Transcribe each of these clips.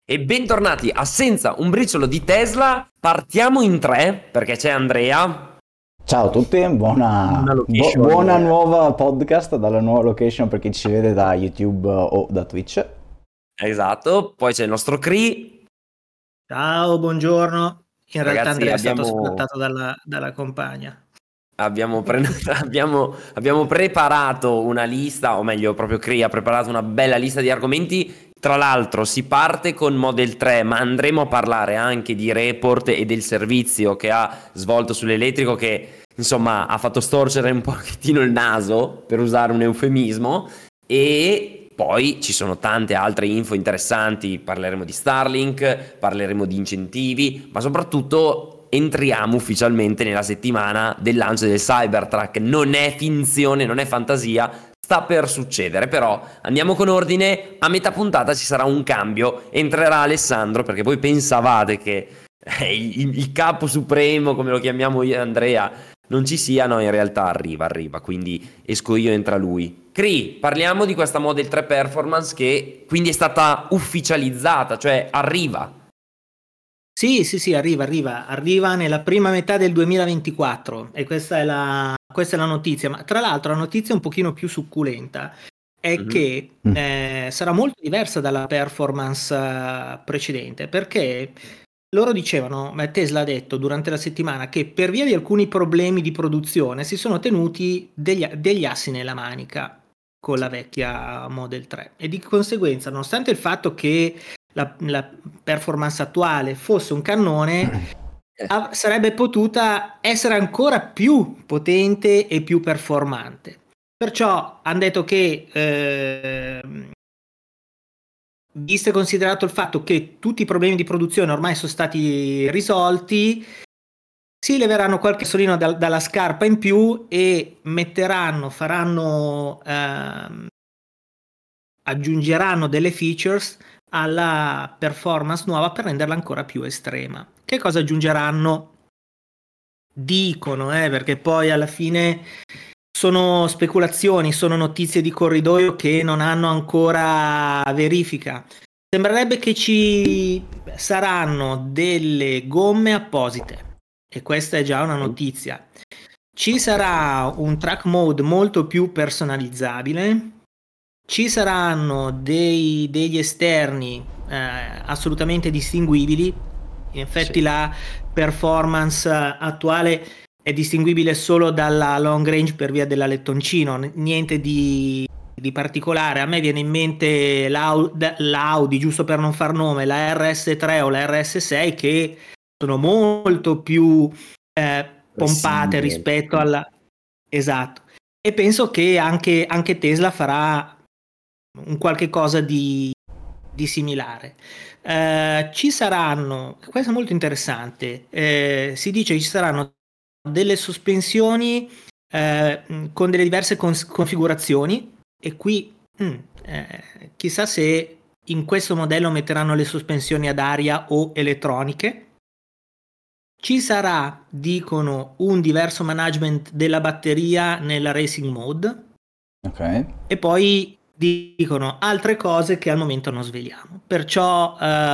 E bentornati a Senza un briciolo di Tesla. Partiamo in 3 perché c'è Andrea. Ciao a tutti, buona nuova podcast dalla nuova location per chi ci vede da YouTube o da Twitch. Esatto, poi c'è il nostro Cri. Ciao, buongiorno. In Ragazzi, realtà Andrea è stato sfruttato dalla compagna. Abbiamo preparato una lista, o meglio proprio Cri ha preparato una bella lista di argomenti. Tra l'altro si parte con Model 3, ma andremo a parlare anche di Report e del servizio che ha svolto sull'elettrico, che insomma ha fatto storcere un pochettino il naso, per usare un eufemismo. E poi ci sono tante altre info interessanti, parleremo di Starlink, parleremo di incentivi, ma soprattutto entriamo ufficialmente nella settimana del lancio del Cybertruck. Non è finzione, non è fantasia, sta per succedere. Però andiamo con ordine. A metà puntata ci sarà un cambio, entrerà Alessandro, perché voi pensavate che il capo supremo, come lo chiamiamo io e Andrea, non ci sia. No, in realtà arriva, quindi esco io, entra lui. Cri, parliamo di questa Model 3 Performance che quindi è stata ufficializzata, cioè arriva. Sì, arriva nella prima metà del 2024 e questa è la notizia. Ma tra l'altro la notizia un pochino più succulenta è che sarà molto diversa dalla performance precedente, perché loro dicevano, Tesla ha detto durante la settimana, che per via di alcuni problemi di produzione si sono tenuti degli assi nella manica con la vecchia Model 3 e di conseguenza, nonostante il fatto che la performance attuale fosse un cannone, sarebbe potuta essere ancora più potente e più performante. Perciò hanno detto che visto e considerato il fatto che tutti i problemi di produzione ormai sono stati risolti, si leveranno qualche solino dalla scarpa in più e aggiungeranno delle features alla performance nuova per renderla ancora più estrema. Che cosa aggiungeranno? Dicono, perché poi alla fine sono speculazioni, sono notizie di corridoio che non hanno ancora verifica. Sembrerebbe che ci saranno delle gomme apposite e questa è già una notizia. Ci sarà un track mode molto più personalizzabile. Ci saranno degli esterni assolutamente distinguibili. In effetti la performance attuale è distinguibile solo dalla long range per via dell'alettoncino, niente di particolare. A me viene in mente l'Audi, giusto per non far nome, la RS3 o la RS6, che sono molto più pompate rispetto alla... Esatto. E penso che anche Tesla farà un qualche cosa di similare. Ci saranno, questo è molto interessante, si dice che ci saranno delle sospensioni con delle diverse configurazioni e qui chissà se in questo modello metteranno le sospensioni ad aria o elettroniche. Ci sarà, dicono, un diverso management della batteria nella racing mode. Ok. E poi dicono altre cose che al momento non sveliamo. Perciò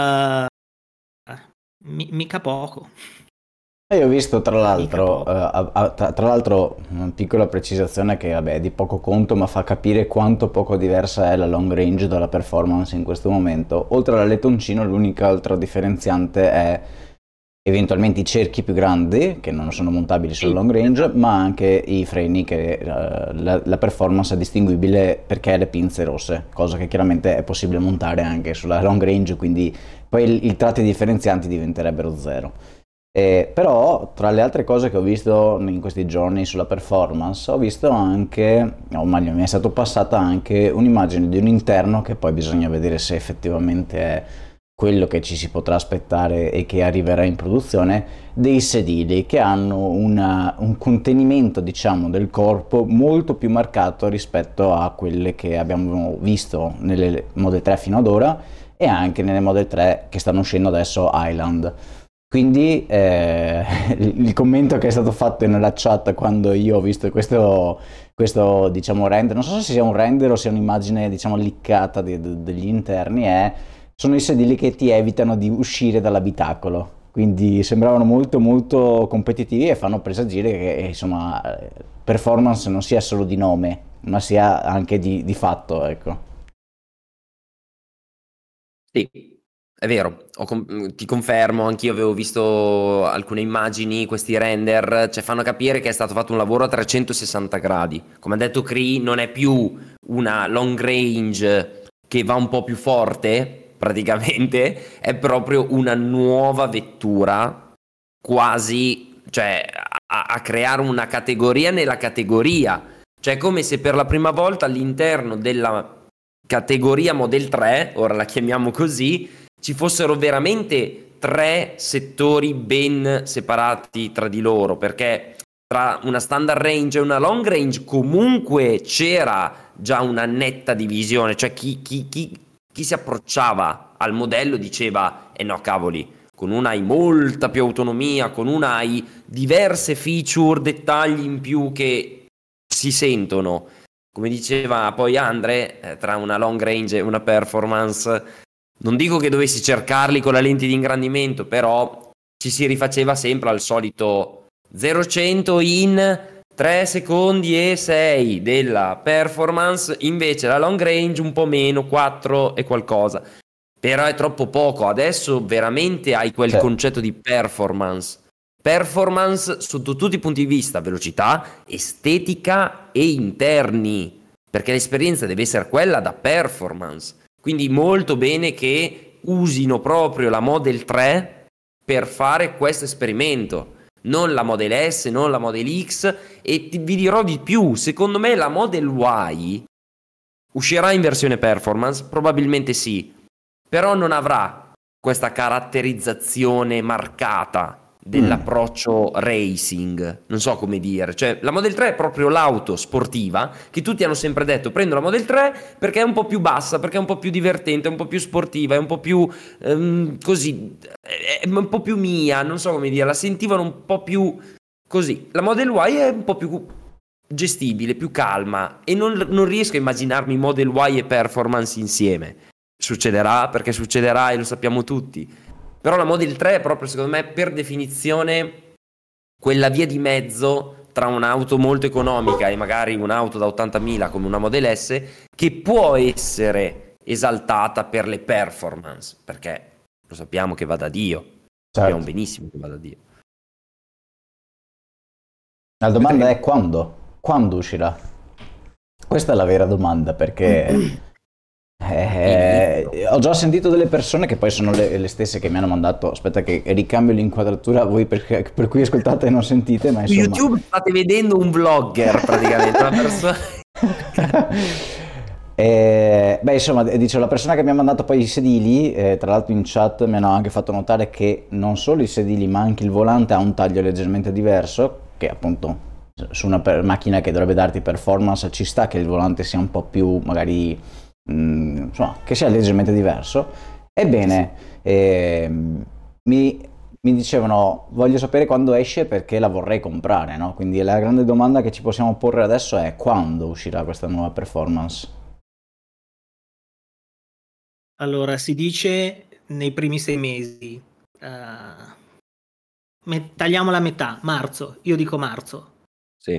mica poco. Io ho visto tra l'altro una piccola precisazione che vabbè è di poco conto, ma fa capire quanto poco diversa è la long range dalla performance in questo momento. Oltre all'alettoncino, l'unica altra differenziante è eventualmente i cerchi più grandi, che non sono montabili sulla long range, ma anche i freni, che la performance è distinguibile perché ha le pinze rosse, cosa che chiaramente è possibile montare anche sulla long range, quindi poi i tratti differenzianti diventerebbero zero. Però tra le altre cose che ho visto in questi giorni sulla performance, ho visto anche, o meglio mi è stato passata anche un'immagine di un interno che poi bisogna vedere se effettivamente è quello che ci si potrà aspettare e che arriverà in produzione, dei sedili che hanno un contenimento, diciamo, del corpo molto più marcato rispetto a quelle che abbiamo visto nelle Model 3 fino ad ora e anche nelle Model 3 che stanno uscendo adesso, Highland. Quindi il commento che è stato fatto nella chat quando io ho visto questo diciamo render, non so se sia un render o sia un'immagine diciamo liccata degli interni, è sono i sedili che ti evitano di uscire dall'abitacolo. Quindi sembravano molto molto competitivi e fanno presagire che insomma performance non sia solo di nome, ma sia anche di fatto, ecco. Sì, è vero, ti confermo, anch'io avevo visto alcune immagini, questi render, cioè fanno capire che è stato fatto un lavoro a 360 gradi. Come ha detto Cree, non è più una long range che va un po' più forte, praticamente, è proprio una nuova vettura, quasi, cioè a creare una categoria nella categoria. Cioè è come se per la prima volta all'interno della categoria Model 3, ora la chiamiamo così, ci fossero veramente tre settori ben separati tra di loro, perché tra una standard range e una long range comunque c'era già una netta divisione, cioè chi si approcciava al modello diceva no cavoli, con una hai molta più autonomia, con una hai diverse feature, dettagli in più che si sentono. Come diceva poi Andre, tra una long range e una performance, non dico che dovessi cercarli con la lente di ingrandimento, però ci si rifaceva sempre al solito 0-100 in 3 secondi e 6 della performance, invece la long range un po' meno, 4 e qualcosa. Però è troppo poco, adesso veramente hai quel concetto di performance sotto tutti i punti di vista, velocità, estetica e interni, perché l'esperienza deve essere quella da performance. Quindi molto bene che usino proprio la Model 3 per fare questo esperimento, non la Model S, non la Model X, e vi dirò di più, secondo me la Model Y uscirà in versione performance, probabilmente sì, però non avrà questa caratterizzazione marcata dell'approccio racing, non so come dire, cioè la Model 3 è proprio l'auto sportiva che tutti hanno sempre detto prendo la Model 3 perché è un po' più bassa, perché è un po' più divertente, è un po' più sportiva, è un po' più così, è un po' più mia, non so come dire, la sentivano un po' più così. La Model Y è un po' più gestibile, più calma, e non riesco a immaginarmi Model Y e performance insieme. Succederà perché succederà e lo sappiamo tutti. Però la Model 3 è proprio, secondo me, per definizione, quella via di mezzo tra un'auto molto economica e magari un'auto da 80.000 come una Model S, che può essere esaltata per le performance, perché lo sappiamo che va da Dio. Sappiamo benissimo che va da Dio. La domanda è quando? Quando uscirà? Questa è la vera domanda, perché ho già sentito delle persone che poi sono le stesse che mi hanno mandato, aspetta che ricambio l'inquadratura voi per cui ascoltate e non sentite, ma insomma... Su YouTube state vedendo un vlogger praticamente, una persona... beh, insomma, dicevo, la persona che mi ha mandato poi i sedili, tra l'altro in chat mi hanno anche fatto notare che non solo i sedili ma anche il volante ha un taglio leggermente diverso, che appunto su una macchina che dovrebbe darti performance ci sta che il volante sia un po' più magari insomma, che sia leggermente diverso. Ebbene, mi dicevano voglio sapere quando esce perché la vorrei comprare, no? Quindi la grande domanda che ci possiamo porre adesso è quando uscirà questa nuova performance. Allora, si dice nei primi 6 mesi, tagliamo la metà, marzo, io dico marzo. Sì.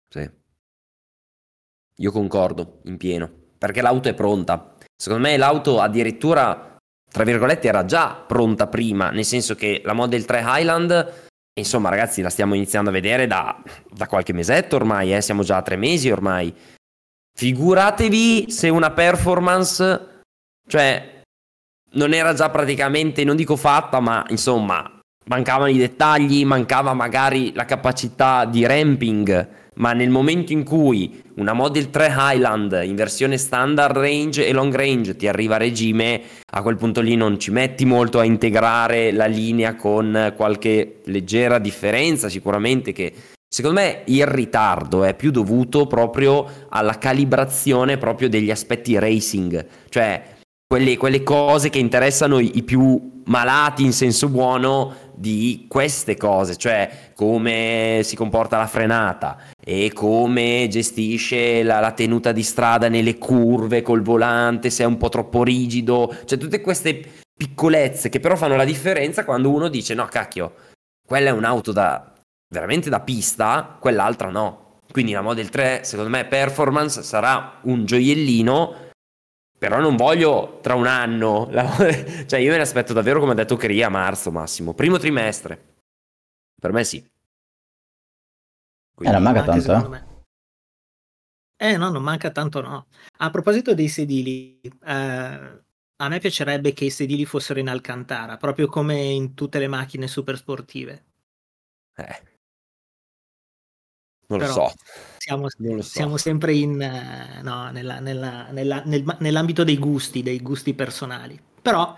Io concordo in pieno, perché l'auto è pronta. Secondo me l'auto addirittura, tra virgolette, era già pronta prima, nel senso che la Model 3 Highland, insomma ragazzi, la stiamo iniziando a vedere da qualche mesetto ormai, siamo già a 3 mesi ormai. Figuratevi se una performance, cioè, non era già praticamente, non dico fatta, ma insomma, mancavano i dettagli, mancava magari la capacità di ramping, ma nel momento in cui una Model 3 Highland in versione standard range e long range ti arriva a regime, a quel punto lì non ci metti molto a integrare la linea con qualche leggera differenza, sicuramente, che secondo me il ritardo è più dovuto proprio alla calibrazione proprio degli aspetti racing, cioè quelle cose che interessano i più malati in senso buono di queste cose, cioè come si comporta la frenata, e come gestisce la tenuta di strada nelle curve col volante, se è un po' troppo rigido, cioè tutte queste piccolezze che però fanno la differenza quando uno dice no cacchio, quella è un'auto veramente da pista, quell'altra no. Quindi la Model 3 secondo me performance sarà un gioiellino, però non voglio tra un anno, cioè io me ne aspetto davvero, come ha detto Cria, a marzo massimo, primo trimestre, per me sì. Non manca Anche tanto, secondo me. No, non manca tanto, no. A proposito dei sedili, a me piacerebbe che i sedili fossero in Alcantara, proprio come in tutte le macchine super sportive. Non lo Però so. siamo, Non lo so. siamo sempre no, nell'ambito dei gusti personali. Però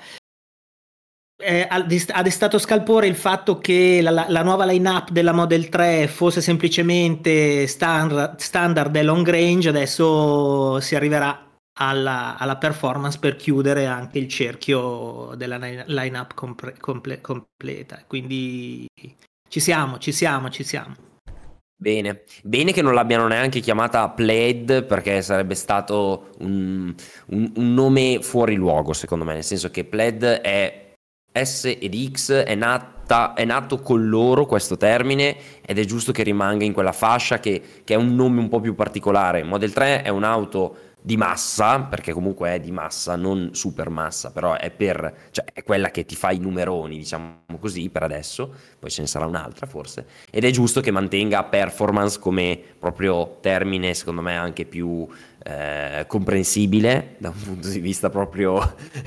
ha destato scalpore il fatto che la nuova line-up della Model 3 fosse semplicemente standard e long range, adesso si arriverà alla performance per chiudere anche il cerchio della line-up completa. Quindi ci siamo. Bene che non l'abbiano neanche chiamata Plaid, perché sarebbe stato un nome fuori luogo secondo me, nel senso che Plaid è S ed X, è nato con loro questo termine ed è giusto che rimanga in quella fascia che è un nome un po' più particolare. Model 3 è un'auto di massa, perché comunque è di massa, non super massa, però cioè è quella che ti fa i numeroni, diciamo così, per adesso, poi ce ne sarà un'altra forse, ed è giusto che mantenga performance come proprio termine, secondo me anche più comprensibile da un punto di vista proprio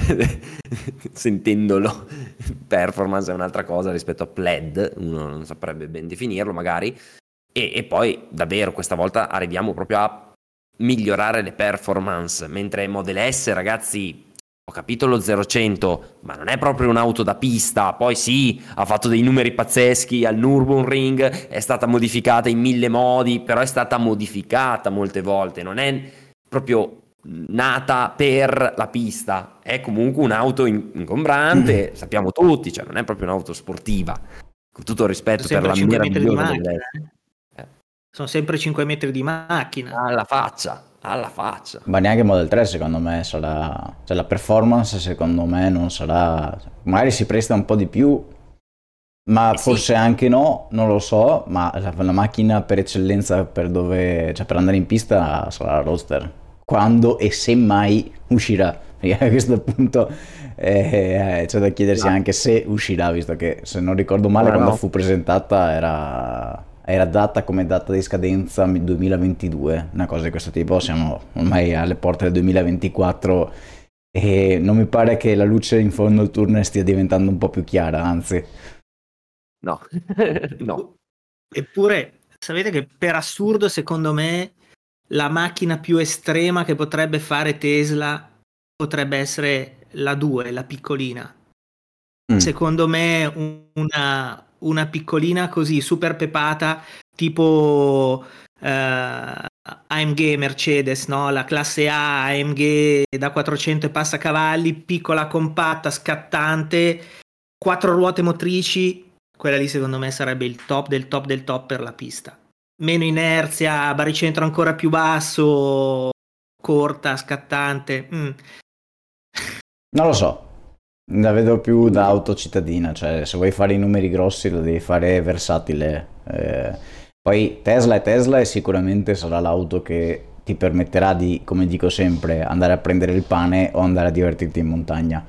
sentendolo. Performance è un'altra cosa rispetto a pled, uno non saprebbe ben definirlo magari, e poi davvero questa volta arriviamo proprio a migliorare le performance, mentre Model S, ragazzi, ho capito lo 0-100, ma non è proprio un'auto da pista. Poi sì, ha fatto dei numeri pazzeschi al Nürburgring, è stata modificata in 1000 modi, però è stata modificata molte volte, non è proprio nata per la pista, è comunque un'auto ingombrante, sappiamo tutti, cioè non è proprio un'auto sportiva, con tutto il rispetto per Sempre la 5 metri di meravigliosa macchina. Model S. Sono sempre 5 metri di macchina. Alla faccia. Ma neanche Model 3 secondo me sarà, cioè la performance secondo me non sarà, magari si presta un po' di più, ma forse sì. anche no, non lo so, ma la macchina per eccellenza cioè per andare in pista sarà la Roadster, quando e se mai uscirà, perché a questo punto c'è da chiedersi anche se uscirà, visto che se non ricordo male quando fu presentata era data come data di scadenza 2022, una cosa di questo tipo. Siamo ormai alle porte del 2024 e non mi pare che la luce in fondo al tunnel stia diventando un po' più chiara, anzi. No. No. Eppure, sapete che per assurdo, secondo me, la macchina più estrema che potrebbe fare Tesla potrebbe essere la 2, la piccolina. Secondo me una piccolina così super pepata, tipo AMG Mercedes, no? La classe A AMG da 400 e passa cavalli, piccola, compatta, scattante, 4 ruote motrici, quella lì secondo me sarebbe il top del top del top per la pista. Meno inerzia, baricentro ancora più basso, corta, scattante. Non lo so, la vedo più da auto cittadina, cioè se vuoi fare i numeri grossi lo devi fare versatile. Poi Tesla è Tesla e sicuramente sarà l'auto che ti permetterà di, come dico sempre, andare a prendere il pane o andare a divertirti in montagna.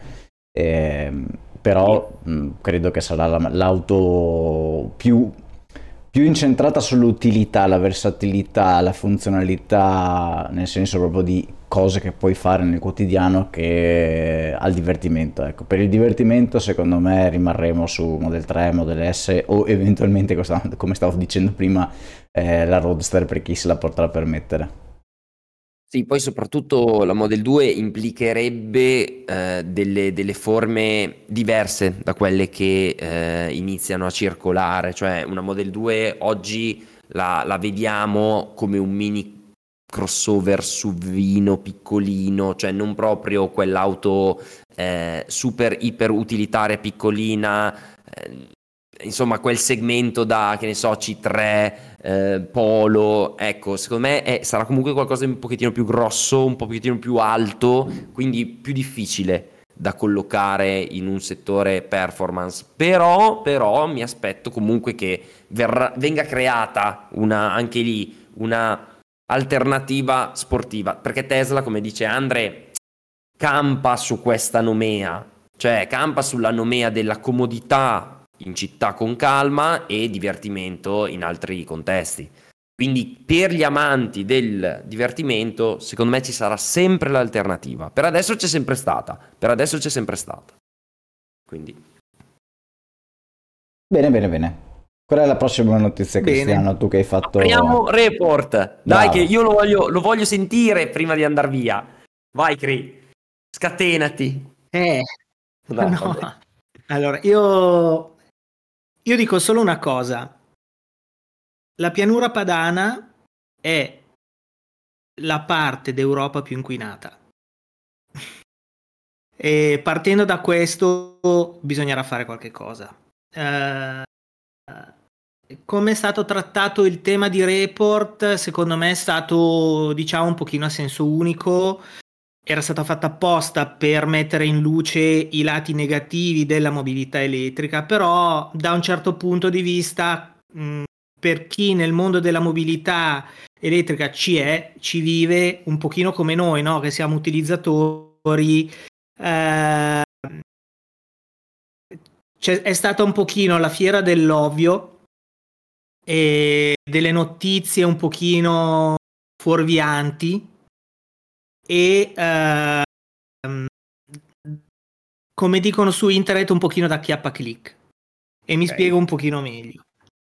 Però credo che sarà l'auto più incentrata sull'utilità, la versatilità, la funzionalità, nel senso proprio di cose che puoi fare nel quotidiano, che al divertimento. Ecco, per il divertimento secondo me rimarremo su Model 3, Model S o eventualmente, come stavo dicendo prima, la Roadster per chi se la potrà permettere. Sì, poi soprattutto la Model 2 implicherebbe delle forme diverse da quelle che iniziano a circolare, cioè una Model 2 oggi la vediamo come un mini crossover SUV-ino piccolino, cioè non proprio quell'auto super iper utilitaria piccolina, insomma quel segmento da, che ne so, C3, Polo, ecco, secondo me sarà comunque qualcosa di un pochettino più grosso, un pochettino più alto, quindi più difficile da collocare in un settore performance, però mi aspetto comunque che venga creata anche lì una alternativa sportiva, perché Tesla, come dice Andre, campa su questa nomea, cioè campa sulla nomea della comodità in città con calma e divertimento in altri contesti. Quindi per gli amanti del divertimento, secondo me ci sarà sempre l'alternativa. Per adesso c'è sempre stata. Quindi. Bene. Qual è la prossima notizia, Cristiano? Tu che hai fatto... Apriamo report. Dai, che io lo voglio sentire prima di andare via. Vai, Cri. Scatenati. No. Allora, io dico solo una cosa. La pianura padana è la parte d'Europa più inquinata. E partendo da questo bisognerà fare qualche cosa. Come è stato trattato il tema di report, secondo me è stato, diciamo, un pochino a senso unico. Era stata fatta apposta per mettere in luce i lati negativi della mobilità elettrica, però da un certo punto di vista, per chi nel mondo della mobilità elettrica ci vive un pochino come noi, no? Che siamo utilizzatori, è stata un pochino la fiera dell'ovvio e delle notizie un pochino fuorvianti e come dicono su internet un pochino da acchiappaclick. E mi spiego un pochino meglio.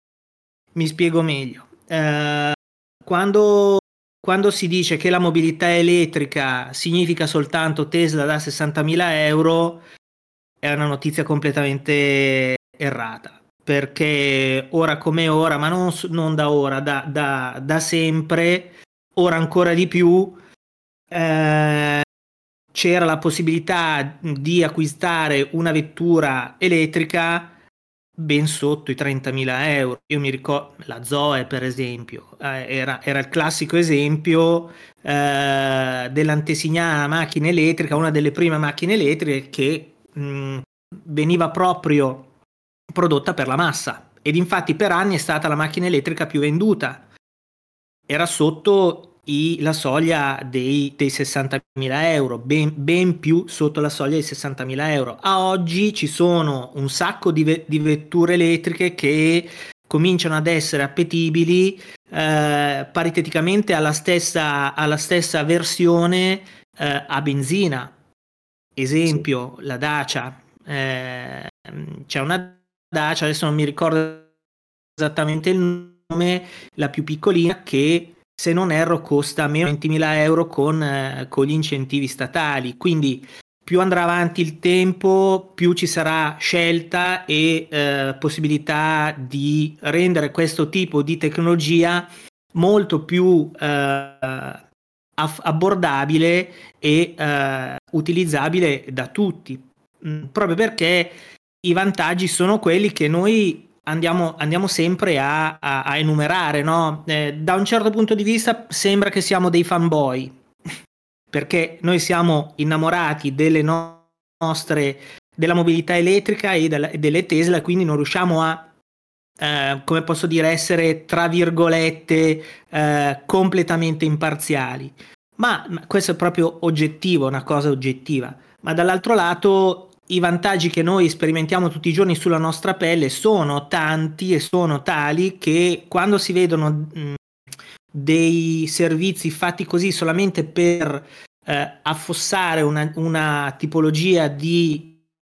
Quando si dice che la mobilità elettrica significa soltanto Tesla da 60.000 euro, è una notizia completamente errata, perché ora come ora, ma non da ora, da sempre, ora ancora di più, c'era la possibilità di acquistare una vettura elettrica ben sotto i 30.000 euro. Io mi ricordo la Zoe, per esempio, era il classico esempio dell'antesignana macchina elettrica, una delle prime macchine elettriche che veniva proprio prodotta per la massa, ed infatti per anni è stata la macchina elettrica più venduta. Era sotto la soglia dei 60.000 euro, ben più sotto la soglia dei 60.000 euro. A oggi ci sono un sacco di vetture elettriche che cominciano ad essere appetibili pariteticamente alla stessa versione a benzina. Esempio, la Dacia. C'è una Dacia, adesso non mi ricordo esattamente il nome, la più piccolina, che se non erro costa meno di 20.000 euro con gli incentivi statali. Quindi più andrà avanti il tempo, più ci sarà scelta e possibilità di rendere questo tipo di tecnologia molto più abbordabile e utilizzabile da tutti, proprio perché i vantaggi sono quelli che noi andiamo sempre a enumerare, no? Da un certo punto di vista sembra che siamo dei fanboy, perché noi siamo innamorati della mobilità elettrica e delle Tesla, quindi non riusciamo a come posso dire, essere tra virgolette completamente imparziali, ma questo è proprio oggettivo, una cosa oggettiva. Ma dall'altro lato i vantaggi che noi sperimentiamo tutti i giorni sulla nostra pelle sono tanti e sono tali che quando si vedono dei servizi fatti così solamente per affossare una tipologia di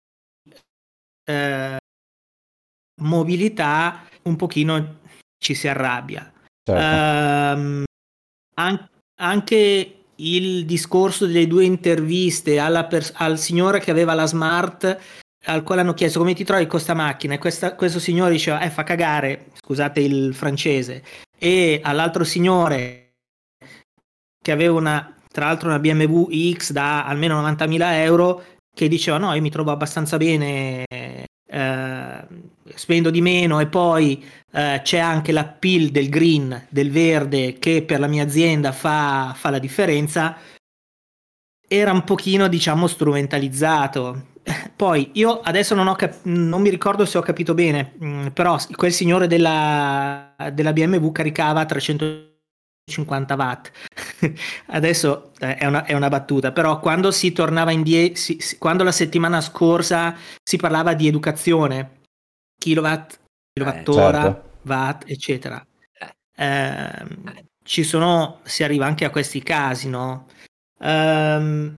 mobilità, un pochino ci si arrabbia. Certo. Anche il discorso delle 2 interviste al signore che aveva la Smart, al quale hanno chiesto come ti trovi con questa macchina, e questo signore diceva fa cagare, scusate il francese, e all'altro signore che aveva tra l'altro una BMW X da almeno 90.000 euro, che diceva no, io mi trovo abbastanza bene spendo di meno e poi c'è anche l'appeal del green, del verde, che per la mia azienda fa la differenza, era un pochino, diciamo, strumentalizzato. Poi io adesso non mi ricordo se ho capito bene, però quel signore della BMW caricava 350 watt. Adesso è una battuta, però quando si tornava indietro, quando la settimana scorsa si parlava di educazione, kilowatt, kilowattora, certo. watt, eccetera, Eh, si arriva anche a questi casi, no? Ehm,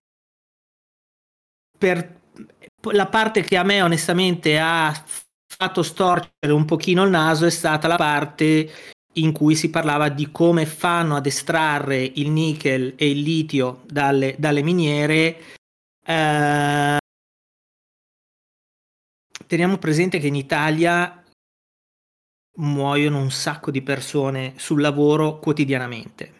per la parte che a me onestamente ha fatto storcere un pochino il naso è stata la parte in cui si parlava di come fanno ad estrarre il nickel e il litio dalle miniere. Teniamo presente che in Italia muoiono un sacco di persone sul lavoro quotidianamente.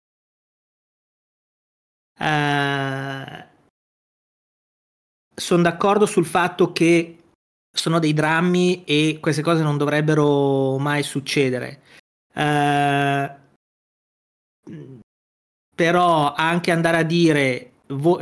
Sono d'accordo sul fatto che sono dei drammi e queste cose non dovrebbero mai succedere. Però anche andare a dire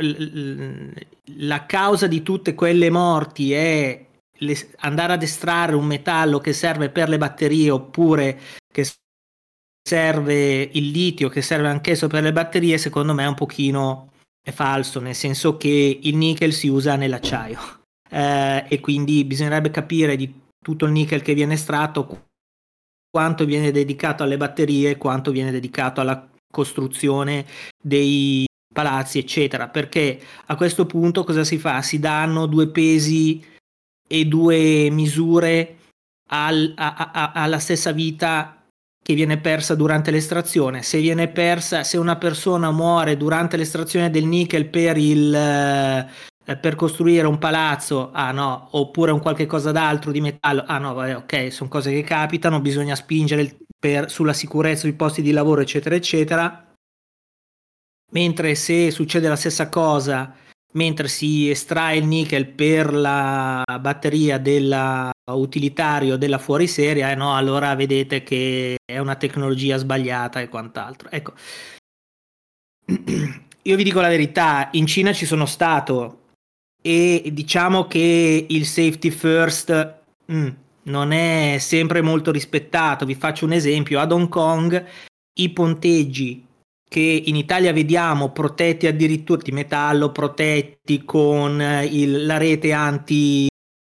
la causa di tutte quelle morti è andare ad estrarre un metallo che serve per le batterie oppure che serve il litio che serve anch'esso per le batterie, secondo me è un pochino è falso, nel senso che il nickel si usa nell'acciaio e quindi bisognerebbe capire di tutto il nickel che viene estratto quanto viene dedicato alle batterie, quanto viene dedicato alla costruzione dei palazzi, eccetera, perché a questo punto cosa si fa? Si danno due pesi e due misure alla stessa vita che viene persa durante l'estrazione. Se una persona muore durante l'estrazione del nickel per costruire un palazzo, ah no, oppure un qualche cosa d'altro di metallo, ah no, vabbè, ok, sono cose che capitano, bisogna spingere sulla sicurezza sui posti di lavoro, eccetera, eccetera. Mentre se succede la stessa cosa, mentre si estrae il nickel per la batteria utilitario della fuoriserie, no, allora vedete che è una tecnologia sbagliata e quant'altro. Ecco, io vi dico la verità, in Cina ci sono stato e diciamo che il safety first non è sempre molto rispettato. Vi faccio un esempio: ad Hong Kong i ponteggi che in Italia vediamo protetti addirittura di metallo, protetti con la rete anti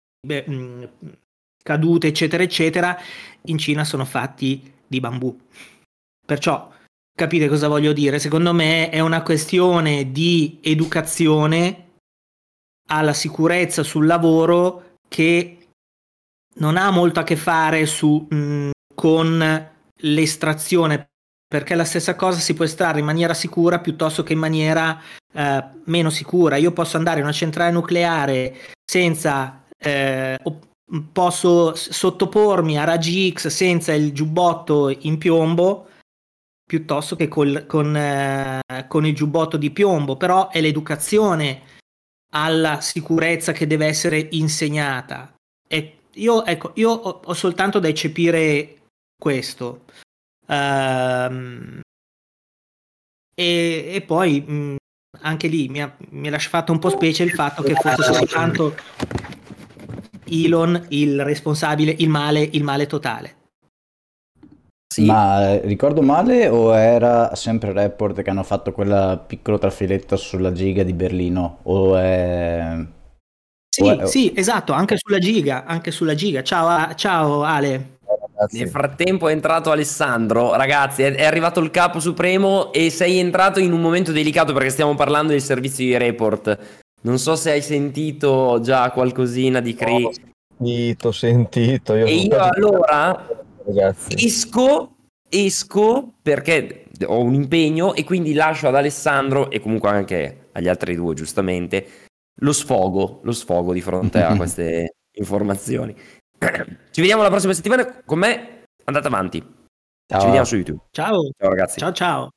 cadute, eccetera, eccetera, in Cina sono fatti di bambù. Perciò capite cosa voglio dire? Secondo me è una questione di educazione alla sicurezza sul lavoro che non ha molto a che fare con l'estrazione, perché la stessa cosa si può estrarre in maniera sicura piuttosto che in maniera meno sicura. Io posso andare in una centrale nucleare senza posso sottopormi a raggi X senza il giubbotto in piombo piuttosto che con il giubbotto di piombo, però è l'educazione alla sicurezza che deve essere insegnata. E io ho soltanto da eccepire questo. E poi anche lì mi ha lasciato un po' specie il fatto che fosse soltanto Elon il responsabile, il male totale. sì. Ma ricordo male o era sempre Report che hanno fatto quella piccolo trafiletto sulla giga di Berlino? Sì, esatto, anche sulla giga. Ciao Ale. Nel frattempo è entrato Alessandro, ragazzi, è arrivato il capo supremo e sei entrato in un momento delicato perché stiamo parlando del servizio di Report. Non so se hai sentito già qualcosina di Cree. Ho sentito. E io allora Ragazzi. esco perché ho un impegno e quindi lascio ad Alessandro e comunque anche agli altri due, giustamente, lo sfogo di fronte a queste informazioni. Ci vediamo la prossima settimana con me. Andate avanti. Ciao. Ci vediamo su YouTube. Ciao. Ciao ragazzi. Ciao.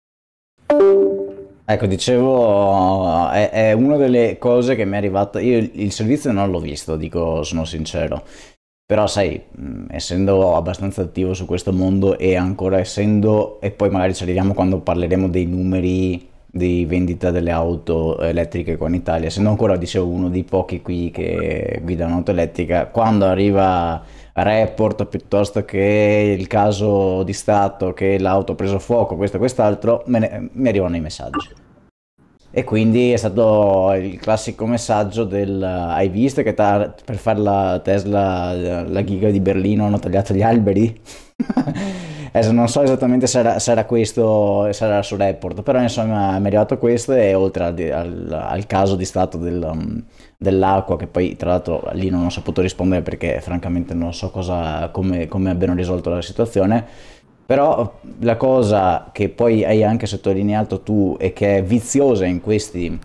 Ecco, dicevo, è una delle cose che mi è arrivata. Io il servizio non l'ho visto, sono sincero. Però sai, essendo abbastanza attivo su questo mondo e ancora essendo, e poi magari ci arriviamo quando parleremo dei numeri di vendita delle auto elettriche qua in Italia, essendo ancora, dicevo, uno dei pochi qui che guida un'auto elettrica, quando arriva report piuttosto che il caso di stato che l'auto ha preso fuoco, questo e quest'altro, mi arrivano i messaggi. E quindi è stato il classico messaggio del hai visto che per fare la Tesla, la giga di Berlino hanno tagliato gli alberi? Adesso non so esattamente se era questo, se era su Report, però insomma mi è arrivato questo e oltre al caso di stato dell'acqua, che poi tra l'altro lì non ho saputo rispondere perché francamente non so come abbiano risolto la situazione. Però la cosa che poi hai anche sottolineato tu e che è viziosa in questi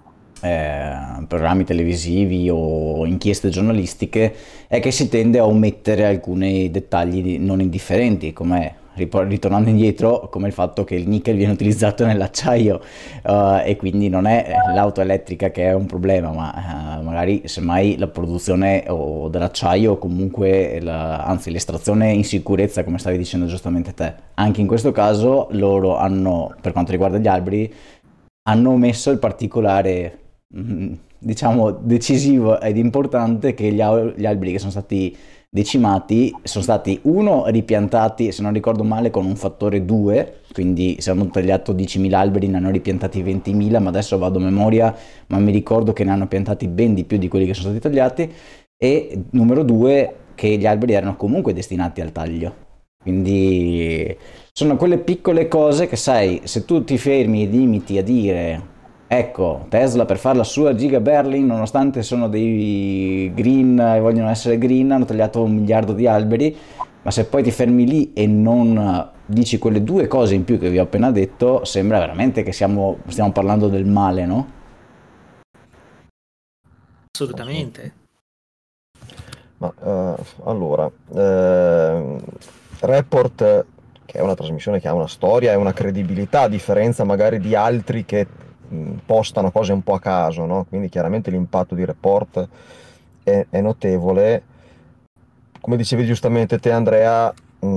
programmi televisivi o inchieste giornalistiche è che si tende a omettere alcuni dettagli non indifferenti, come ritornando indietro, come il fatto che il nickel viene utilizzato nell'acciaio e quindi non è l'auto elettrica che è un problema, ma magari semmai la produzione o dell'acciaio o comunque anzi l'estrazione in sicurezza, come stavi dicendo giustamente te. Anche in questo caso loro hanno, per quanto riguarda gli alberi, hanno omesso il particolare diciamo decisivo ed importante che gli alberi che sono stati decimati sono stati ripiantati, se non ricordo male, con un fattore 2, quindi se hanno tagliato 10.000 alberi ne hanno ripiantati 20.000, ma adesso vado a memoria, ma mi ricordo che ne hanno piantati ben di più di quelli che sono stati tagliati, e numero 2 che gli alberi erano comunque destinati al taglio. Quindi sono quelle piccole cose che sai, se tu ti fermi e limiti a dire ecco, Tesla per fare la sua Giga Berlin, nonostante sono dei green e vogliono essere green, hanno tagliato 1 miliardo di alberi, ma se poi ti fermi lì e non dici quelle 2 cose in più che vi ho appena detto, sembra veramente che stiamo parlando del male, no? Assolutamente. Ma allora, Report, che è una trasmissione che ha una storia e una credibilità, a differenza magari di altri che postano cose un po' a caso, no? Quindi chiaramente l'impatto di Report è notevole. Come dicevi giustamente te, Andrea,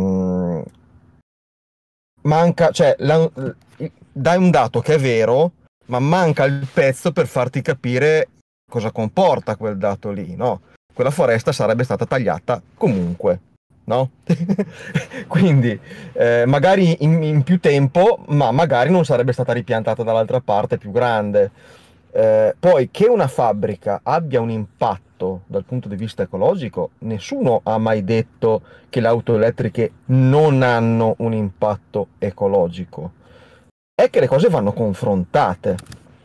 manca, cioè, dai un dato che è vero, ma manca il pezzo per farti capire cosa comporta quel dato lì, no? Quella foresta sarebbe stata tagliata comunque, no? Quindi magari in più tempo, ma magari non sarebbe stata ripiantata dall'altra parte più grande. Poi che una fabbrica abbia un impatto dal punto di vista ecologico, nessuno ha mai detto che le auto elettriche non hanno un impatto ecologico. È che le cose vanno confrontate.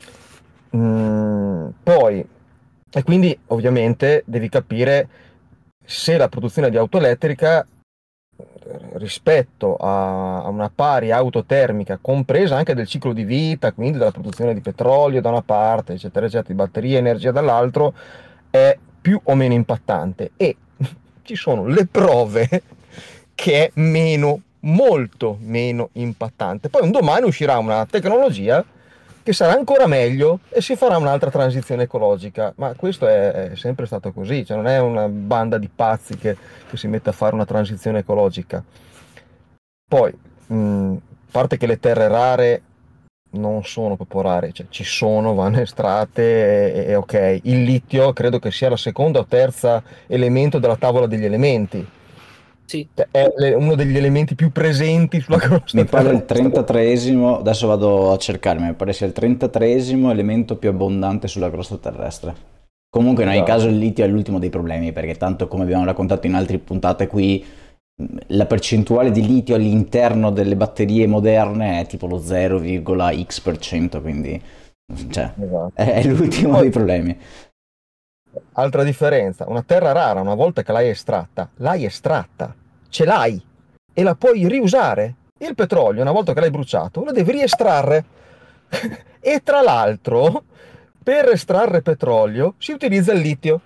Poi, e quindi ovviamente devi capire se la produzione di auto elettrica rispetto a una pari auto termica, compresa anche del ciclo di vita, quindi della produzione di petrolio da una parte, eccetera, eccetera, di batterie e energia dall'altro, è più o meno impattante. E ci sono le prove che è molto meno impattante. Poi un domani uscirà una tecnologia che sarà ancora meglio e si farà un'altra transizione ecologica, ma questo è sempre stato così, cioè non è una banda di pazzi che si mette a fare una transizione ecologica. Poi, a parte che le terre rare non sono proprio rare, cioè ci sono, vanno estratte e ok. Il litio credo che sia la seconda o terza elemento della tavola degli elementi. Sì. È uno degli elementi più presenti sulla crosta Mi pare il terrestre. 33esimo, adesso vado a cercarmi, mi pare sia il 33esimo elemento più abbondante sulla crosta terrestre. Comunque in ogni Esatto. caso il litio è l'ultimo dei problemi, perché tanto come abbiamo raccontato in altre puntate qui, la percentuale di litio all'interno delle batterie moderne è tipo lo 0,x%, quindi cioè, Esatto. è l'ultimo Poi, dei problemi. altra differenza, una terra rara, una volta che l'hai estratta, ce l'hai e la puoi riusare. Il petrolio, una volta che l'hai bruciato, lo devi riestrarre. E tra l'altro, per estrarre petrolio si utilizza il litio.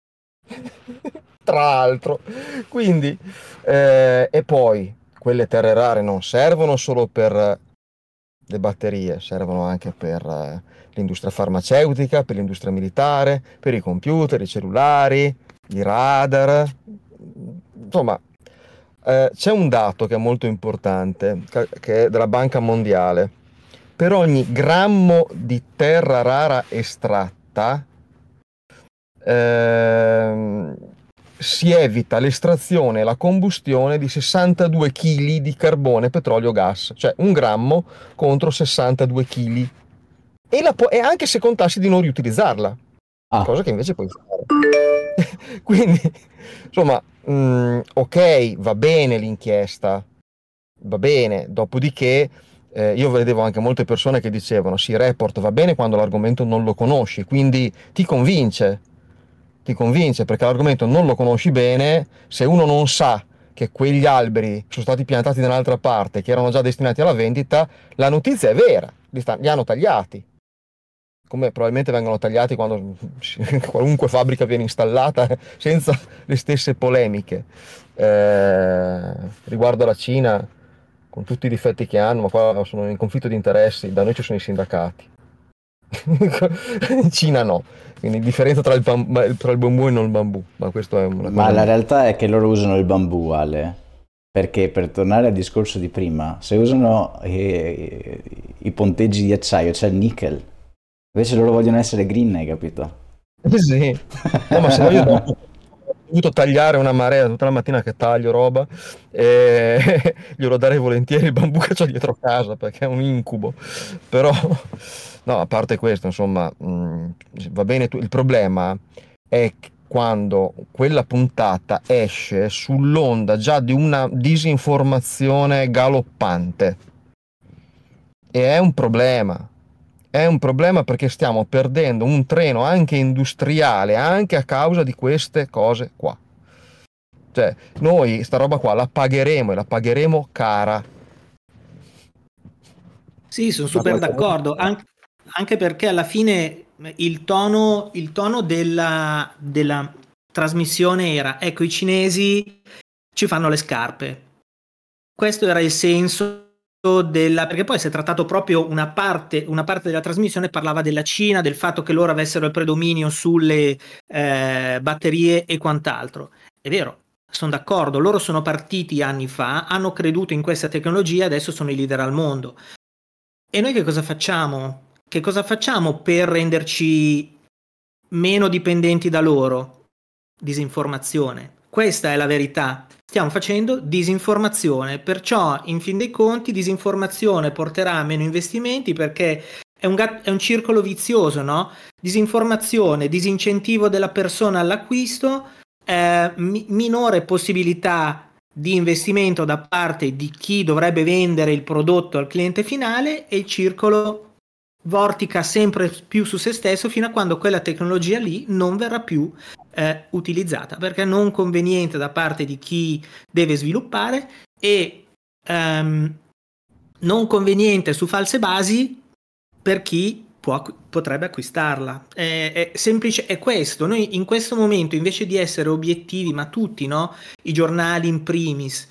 Tra l'altro. Quindi, e poi, quelle terre rare non servono solo per le batterie, servono anche per l'industria farmaceutica, per l'industria militare, per i computer, i cellulari, i radar, insomma, c'è un dato che è molto importante, che è della Banca Mondiale. Per ogni grammo di terra rara estratta si evita l'estrazione e la combustione di 62 kg di carbone, petrolio, gas, cioè 1 grammo contro 62 kg. E anche se contassi di non riutilizzarla, cosa che invece puoi fare. Quindi, insomma, ok, va bene l'inchiesta, va bene, dopodiché io vedevo anche molte persone che dicevano sì, report va bene quando l'argomento non lo conosci, quindi ti convince perché l'argomento non lo conosci bene. Se uno non sa che quegli alberi sono stati piantati da un'altra parte, che erano già destinati alla vendita, la notizia è vera, li hanno tagliati, come probabilmente vengono tagliati quando qualunque fabbrica viene installata, senza le stesse polemiche. Riguardo alla Cina, con tutti i difetti che hanno, ma qua sono in conflitto di interessi, da noi ci sono i sindacati. In Cina no, quindi differenza tra il bambù e non il bambù, ma questo è una cosa. Ma la realtà è che loro usano il bambù, Ale, perché per tornare al discorso di prima, se usano i ponteggi di acciaio, c'è il nickel, invece loro vogliono essere green, hai capito? Sì, no, ma se no io ho dovuto tagliare una marea tutta la mattina che taglio roba, e glielo darei volentieri il bambù che ho dietro casa perché è un incubo, però no, a parte questo, insomma, va bene, il problema è quando quella puntata esce sull'onda già di una disinformazione galoppante, e è un problema. È un problema perché stiamo perdendo un treno anche industriale anche a causa di queste cose qua. Cioè, noi sta roba qua la pagheremo, e la pagheremo cara. Sì, sono super d'accordo, anche perché alla fine il tono della trasmissione era, ecco, i cinesi ci fanno le scarpe. Questo era il senso perché poi si è trattato proprio una parte della trasmissione parlava della Cina, del fatto che loro avessero il predominio sulle batterie e quant'altro. È vero, sono d'accordo, loro sono partiti anni fa, hanno creduto in questa tecnologia, adesso sono i leader al mondo. E noi che cosa facciamo? Che cosa facciamo per renderci meno dipendenti da loro? Disinformazione. Questa è la verità. Stiamo facendo disinformazione, perciò in fin dei conti disinformazione porterà a meno investimenti perché è un circolo vizioso, no? Disinformazione, disincentivo della persona all'acquisto, minore possibilità di investimento da parte di chi dovrebbe vendere il prodotto al cliente finale, e il circolo vortica sempre più su se stesso fino a quando quella tecnologia lì non verrà più utilizzata perché è non conveniente da parte di chi deve sviluppare e non conveniente su false basi per chi potrebbe acquistarla. È semplice, è questo. Noi in questo momento, invece di essere obiettivi, ma tutti, no? I giornali in primis,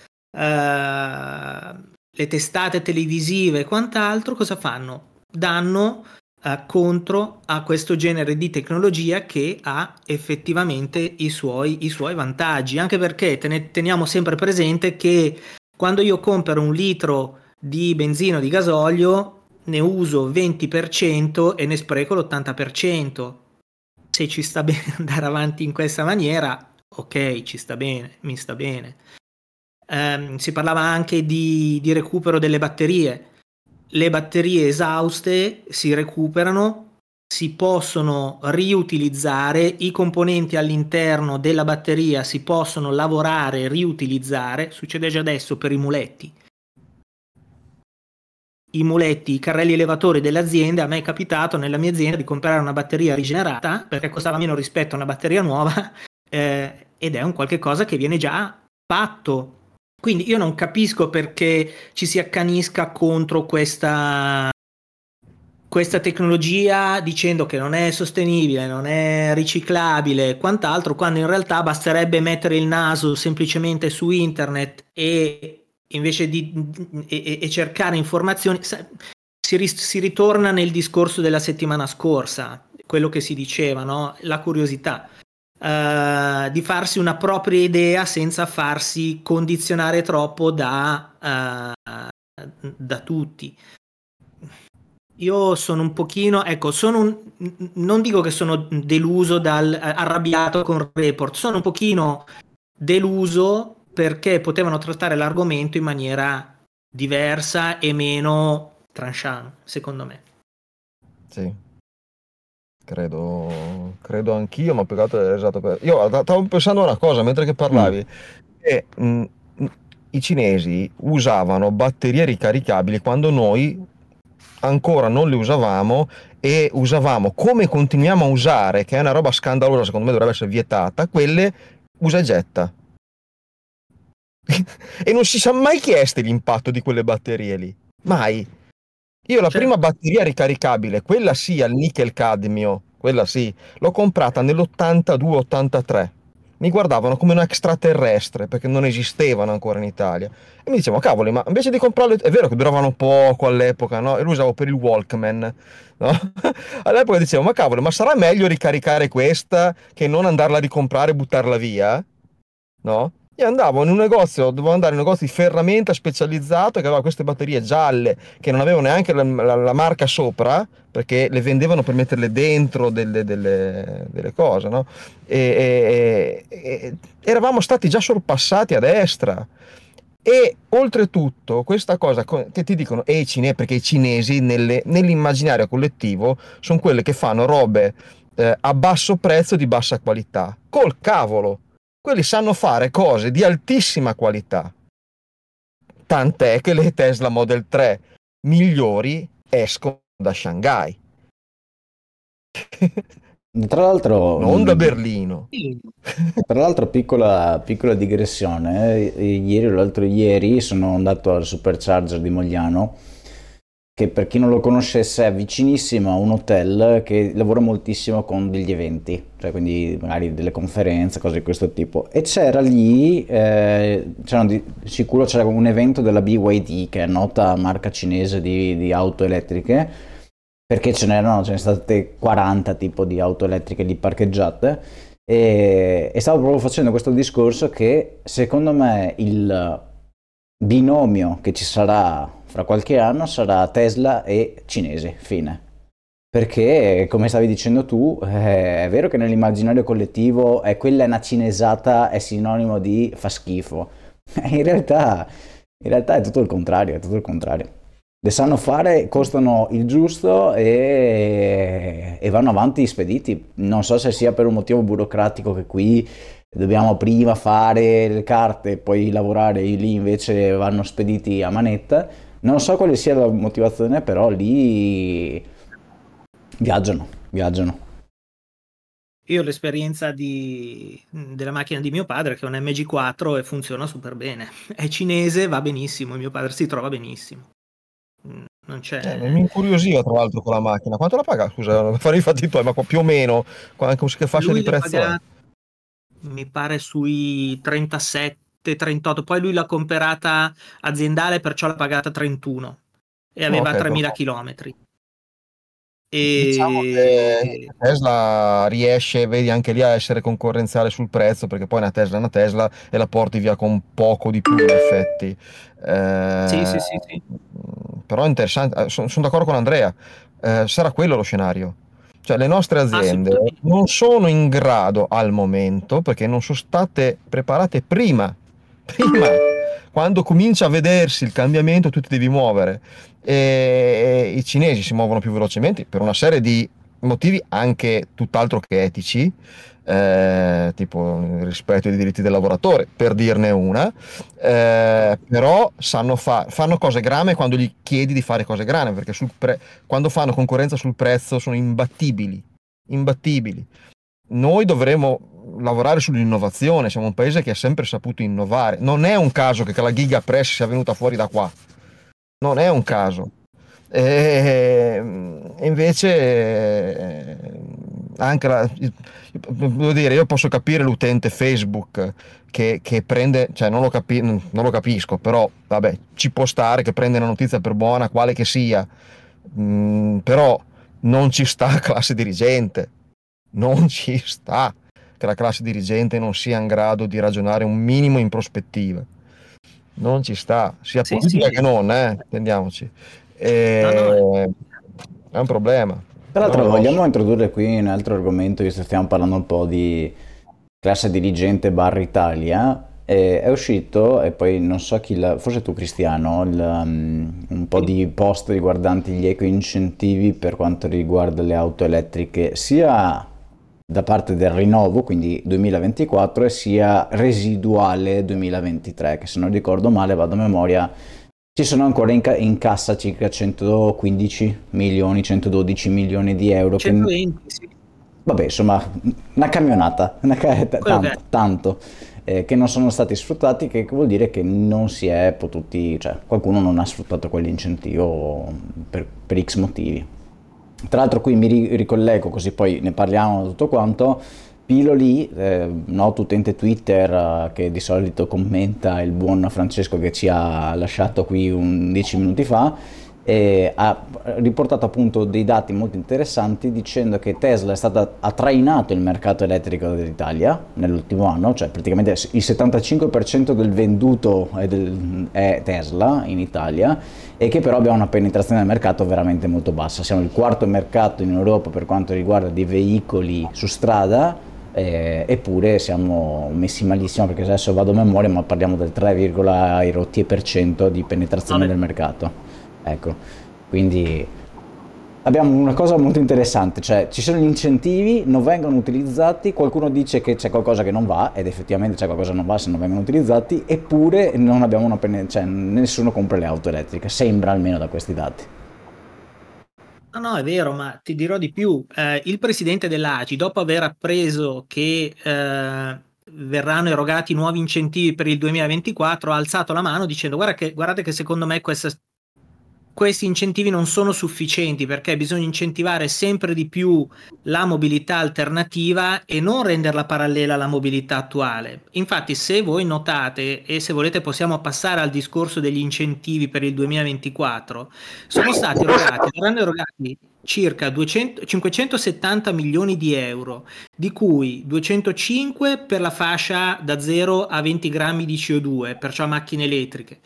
le testate televisive e quant'altro, cosa fanno? Danno contro a questo genere di tecnologia che ha effettivamente i suoi vantaggi, anche perché teniamo sempre presente che quando io compro un litro di benzina o di gasolio ne uso 20% e ne spreco l'80%. Se ci sta bene andare avanti in questa maniera, ok, ci sta bene, mi sta bene. Si parlava anche di recupero delle batterie. Le batterie esauste si recuperano, si possono riutilizzare, i componenti all'interno della batteria si possono lavorare, riutilizzare. Succede già adesso per i muletti. I carrelli elevatori delle aziende. A me è capitato nella mia azienda di comprare una batteria rigenerata perché costava meno rispetto a una batteria nuova, ed è un qualche cosa che viene già fatto. Quindi io non capisco perché ci si accanisca contro questa tecnologia dicendo che non è sostenibile, non è riciclabile e quant'altro, quando in realtà basterebbe mettere il naso semplicemente su internet e invece di cercare informazioni, si ritorna nel discorso della settimana scorsa, quello che si diceva, no? La curiosità. di farsi una propria idea senza farsi condizionare troppo da tutti. Io sono un pochino, ecco, non dico che sono deluso arrabbiato con Report, sono un pochino deluso perché potevano trattare l'argomento in maniera diversa e meno tranchant, secondo me. Sì, credo anch'io, ma peccato è esatto. Io stavo pensando a una cosa mentre che parlavi, che i cinesi usavano batterie ricaricabili quando noi ancora non le usavamo, e usavamo, come continuiamo a usare, che è una roba scandalosa, secondo me dovrebbe essere vietata, quelle usa e getta. E non si sono mai chiesti l'impatto di quelle batterie lì, mai. Io la prima batteria ricaricabile, quella sì al nickel cadmio, quella sì, l'ho comprata nell'82-83. Mi guardavano come un extraterrestre perché non esistevano ancora in Italia. E mi dicevano, cavoli, ma invece di comprarle, è vero che duravano poco all'epoca, no? E lo usavo per il Walkman, no? All'epoca dicevo, ma cavoli, ma sarà meglio ricaricare questa che non andarla a ricomprare e buttarla via? No? E andavo in un negozio, dovevo andare in un negozio di ferramenta specializzato che aveva queste batterie gialle che non avevano neanche la marca sopra, perché le vendevano per metterle dentro delle cose, no? E eravamo stati già sorpassati a destra. E oltretutto questa cosa che ti dicono i cinesi, perché i cinesi nell'immaginario collettivo sono quelle che fanno robe a basso prezzo di bassa qualità. Col cavolo! Quelli sanno fare cose di altissima qualità. Tant'è che le Tesla Model 3 migliori escono da Shanghai. Tra l'altro, Non da Berlino. Tra l'altro, piccola digressione, ieri o l'altro ieri sono andato al Supercharger di Mogliano, che per chi non lo conoscesse è vicinissimo a un hotel che lavora moltissimo con degli eventi, cioè quindi magari delle conferenze, cose di questo tipo. E c'era lì, sicuro c'era un evento della BYD, che è nota marca cinese di auto elettriche, perché ce ne state 40 tipo di auto elettriche lì parcheggiate. E stavo proprio facendo questo discorso che secondo me il binomio che ci sarà fra qualche anno sarà Tesla e cinesi, fine. Perché, come stavi dicendo tu, è vero che nell'immaginario collettivo quella è una cinesata, è sinonimo di fa schifo. In realtà è tutto il contrario, è tutto il contrario. Le sanno fare, costano il giusto e vanno avanti spediti. Non so se sia per un motivo burocratico che qui dobbiamo prima fare le carte e poi lavorare, lì invece vanno spediti a manetta. Non so quale sia la motivazione, però lì viaggiano. Io ho l'esperienza della macchina di mio padre, che è un MG4 e funziona super bene. È cinese, va benissimo, e mio padre si trova benissimo. Non c'è... Mi incuriosiva tra l'altro con la macchina. Quanto la paga? Scusa, farei i fatti tuoi, ma più o meno, anche che fascia Lui di prezzo è? Mi pare sui 37-38, poi lui l'ha comprata aziendale, perciò l'ha pagata 31 e aveva Ok, 3000 km. diciamo che Tesla riesce, vedi, anche lì a essere concorrenziale sul prezzo, perché poi una Tesla è una Tesla e la porti via con poco di più in effetti. Sì. Però è interessante, sono d'accordo con Andrea, sarà quello lo scenario. Cioè le nostre aziende non sono in grado al momento, perché non sono state preparate prima, quando comincia a vedersi il cambiamento tu ti devi muovere, e i cinesi si muovono più velocemente per una serie di motivi anche tutt'altro che etici, tipo il rispetto dei diritti del lavoratore, per dirne una, però fanno cose grame quando gli chiedi di fare cose grame, perché quando fanno concorrenza sul prezzo sono imbattibili. Noi dovremo lavorare sull'innovazione, siamo un paese che ha sempre saputo innovare. Non è un caso che la Gigapress sia venuta fuori da qua, non è un caso. E invece anche devo dire, io posso capire l'utente Facebook che prende, cioè non lo capisco, però vabbè, ci può stare che prende una notizia per buona, quale che sia. Però non ci sta classe dirigente, non ci sta. che la classe dirigente non sia in grado di ragionare un minimo in prospettiva. Non ci sta, sia Sì, politica sì. che non, intendiamoci. No, no, È un problema. Tra Non l'altro lo vogliamo so. introdurre qui un altro argomento, visto che stiamo parlando un po' di classe dirigente barra Italia. È uscito, e poi non so chi forse tu Cristiano, un po' di post riguardanti gli eco-incentivi per quanto riguarda le auto elettriche, sia da parte del rinnovo, quindi 2024, e sia residuale 2023, che se non ricordo male, vado a memoria, ci sono ancora in cassa circa 115 milioni, 112 milioni di euro, che 120, sì. vabbè, insomma, una camionata, Quello che è. tanto, che non sono stati sfruttati, che vuol dire che non si è potuti, cioè qualcuno non ha sfruttato quell'incentivo per X motivi. Tra l'altro qui mi ricollego, così poi ne parliamo tutto quanto. Piloli, noto utente Twitter, che di solito commenta il buon Francesco che ci ha lasciato qui 10 minuti fa, ha riportato appunto dei dati molto interessanti dicendo che Tesla ha trainato il mercato elettrico dell'Italia nell'ultimo anno, cioè praticamente il 75% del venduto è Tesla in Italia, e che però abbiamo una penetrazione del mercato veramente molto bassa. Siamo il quarto mercato in Europa per quanto riguarda dei veicoli su strada, eppure siamo messi malissimo, perché adesso vado a memoria, ma parliamo del 3,8% di penetrazione Vabbè. del mercato. Ecco, quindi abbiamo una cosa molto interessante, cioè ci sono gli incentivi, non vengono utilizzati, qualcuno dice che c'è qualcosa che non va, ed effettivamente c'è qualcosa che non va se non vengono utilizzati, eppure non abbiamo cioè nessuno compra le auto elettriche, sembra, almeno da questi dati. No, no, è vero, ma ti dirò di più. Il presidente dell'ACI, dopo aver appreso che verranno erogati nuovi incentivi per il 2024, ha alzato la mano dicendo: guardate che secondo me questi incentivi non sono sufficienti, perché bisogna incentivare sempre di più la mobilità alternativa e non renderla parallela alla mobilità attuale. Infatti, se voi notate, e se volete possiamo passare al discorso degli incentivi per il 2024, verranno erogati circa 570 milioni di euro, di cui 205 per la fascia da 0 a 20 grammi di CO2, perciò macchine elettriche,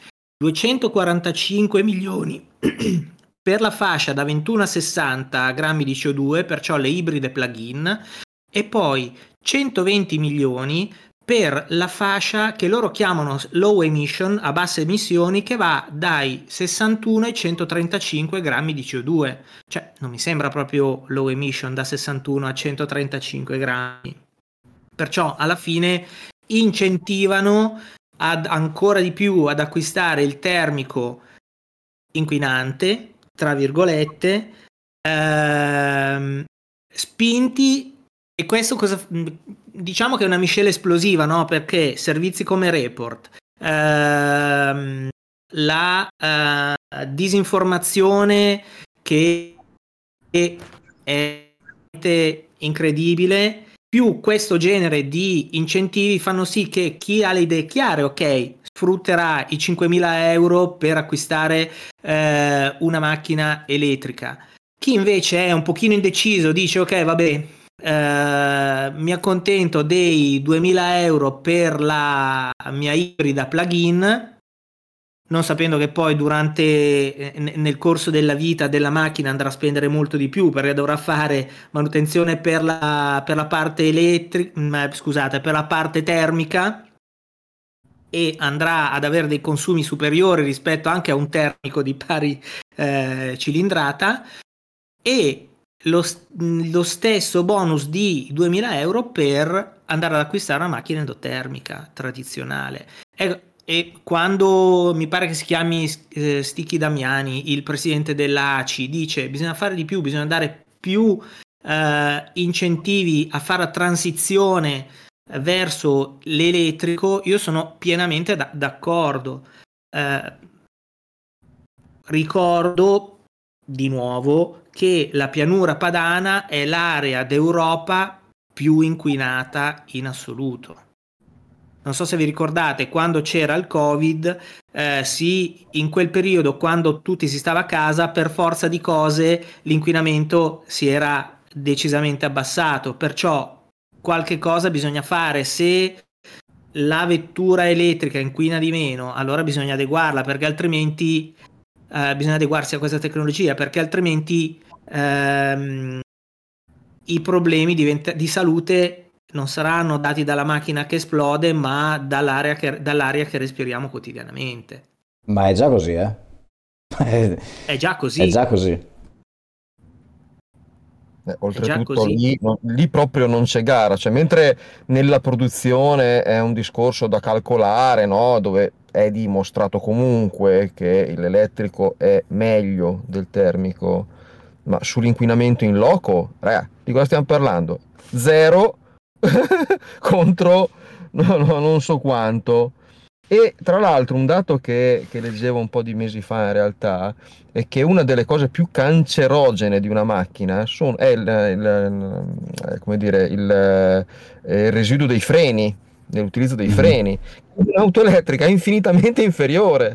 245 milioni per la fascia da 21 a 60 grammi di CO2, perciò le ibride plug-in, e poi 120 milioni per la fascia che loro chiamano low emission, a basse emissioni, che va dai 61 ai 135 grammi di CO2. Cioè, non mi sembra proprio low emission da 61 a 135 grammi. Perciò alla fine incentivano ancora di più ad acquistare il termico inquinante, tra virgolette, spinti, e questo diciamo che è una miscela esplosiva, no? Perché servizi come Report, la disinformazione che è incredibile, più questo genere di incentivi fanno sì che chi ha le idee chiare, ok, sfrutterà i 5.000 euro per acquistare una macchina elettrica. Chi invece è un pochino indeciso dice: ok, vabbè, mi accontento dei 2.000 euro per la mia ibrida plug-in, non sapendo che poi nel corso della vita della macchina andrà a spendere molto di più, perché dovrà fare manutenzione per la parte elettrica, scusate, per la parte termica, e andrà ad avere dei consumi superiori rispetto anche a un termico di pari cilindrata, e lo stesso bonus di 2.000 euro per andare ad acquistare una macchina endotermica tradizionale. E quando mi pare che si chiami Sticky Damiani, il presidente dell'ACI, dice: bisogna fare di più, bisogna dare più incentivi a fare la transizione verso l'elettrico, io sono pienamente d'accordo. Ricordo di nuovo che la pianura padana è l'area d'Europa più inquinata in assoluto. Non so se vi ricordate, quando c'era il Covid, in quel periodo, quando tutti si stava a casa, per forza di cose l'inquinamento si era decisamente abbassato, perciò qualche cosa bisogna fare. Se la vettura elettrica inquina di meno, allora bisogna adeguarla, perché altrimenti bisogna adeguarsi a questa tecnologia, perché altrimenti i problemi di salute non saranno dati dalla macchina che esplode, ma dall'aria che respiriamo quotidianamente. Ma è già così, È già così. È già così. Oltretutto lì proprio non c'è gara, cioè mentre nella produzione è un discorso da calcolare, no? Dove è dimostrato comunque che l'elettrico è meglio del termico, ma sull'inquinamento in loco, di cosa stiamo parlando? Zero contro non so quanto. E tra l'altro un dato che leggevo un po' di mesi fa in realtà è che una delle cose più cancerogene di una macchina è come dire, il residuo dei freni, nell'utilizzo dei freni. Un'auto elettrica è infinitamente inferiore.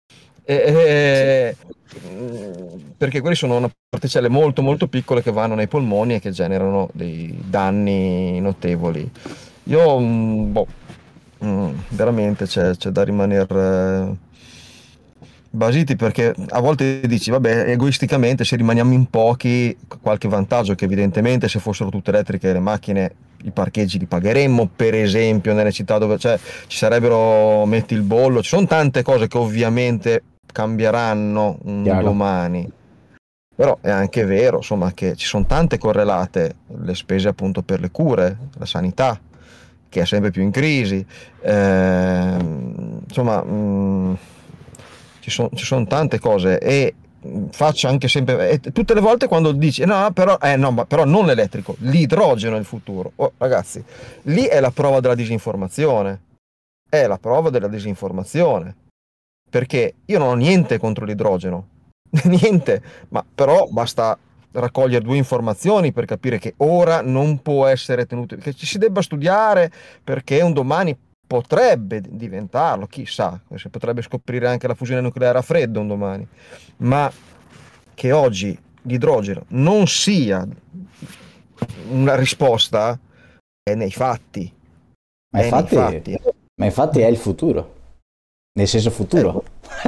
Perché quelle sono una particelle molto molto piccole che vanno nei polmoni e che generano dei danni notevoli. Io veramente c'è da rimanere basiti, perché a volte dici vabbè, egoisticamente se rimaniamo in pochi qualche vantaggio, che evidentemente se fossero tutte elettriche le macchine i parcheggi li pagheremmo, per esempio nelle città dove ci sarebbero, metti il bollo, ci sono tante cose che ovviamente cambieranno un domani, però è anche vero insomma che ci sono tante correlate, le spese appunto per le cure, la sanità che è sempre più in crisi, insomma ci sono tante cose, e faccio anche sempre tutte le volte quando dici no però non l'elettrico, l'idrogeno è il futuro. Ragazzi, lì è la prova della disinformazione, perché io non ho niente contro l'idrogeno niente, ma però basta raccogliere due informazioni per capire che ora non può essere tenuto, che ci si debba studiare perché un domani potrebbe diventarlo, chissà, si potrebbe scoprire anche la fusione nucleare a freddo un domani, ma che oggi l'idrogeno non sia una risposta è nei fatti. Ma infatti è il futuro, nel senso futuro.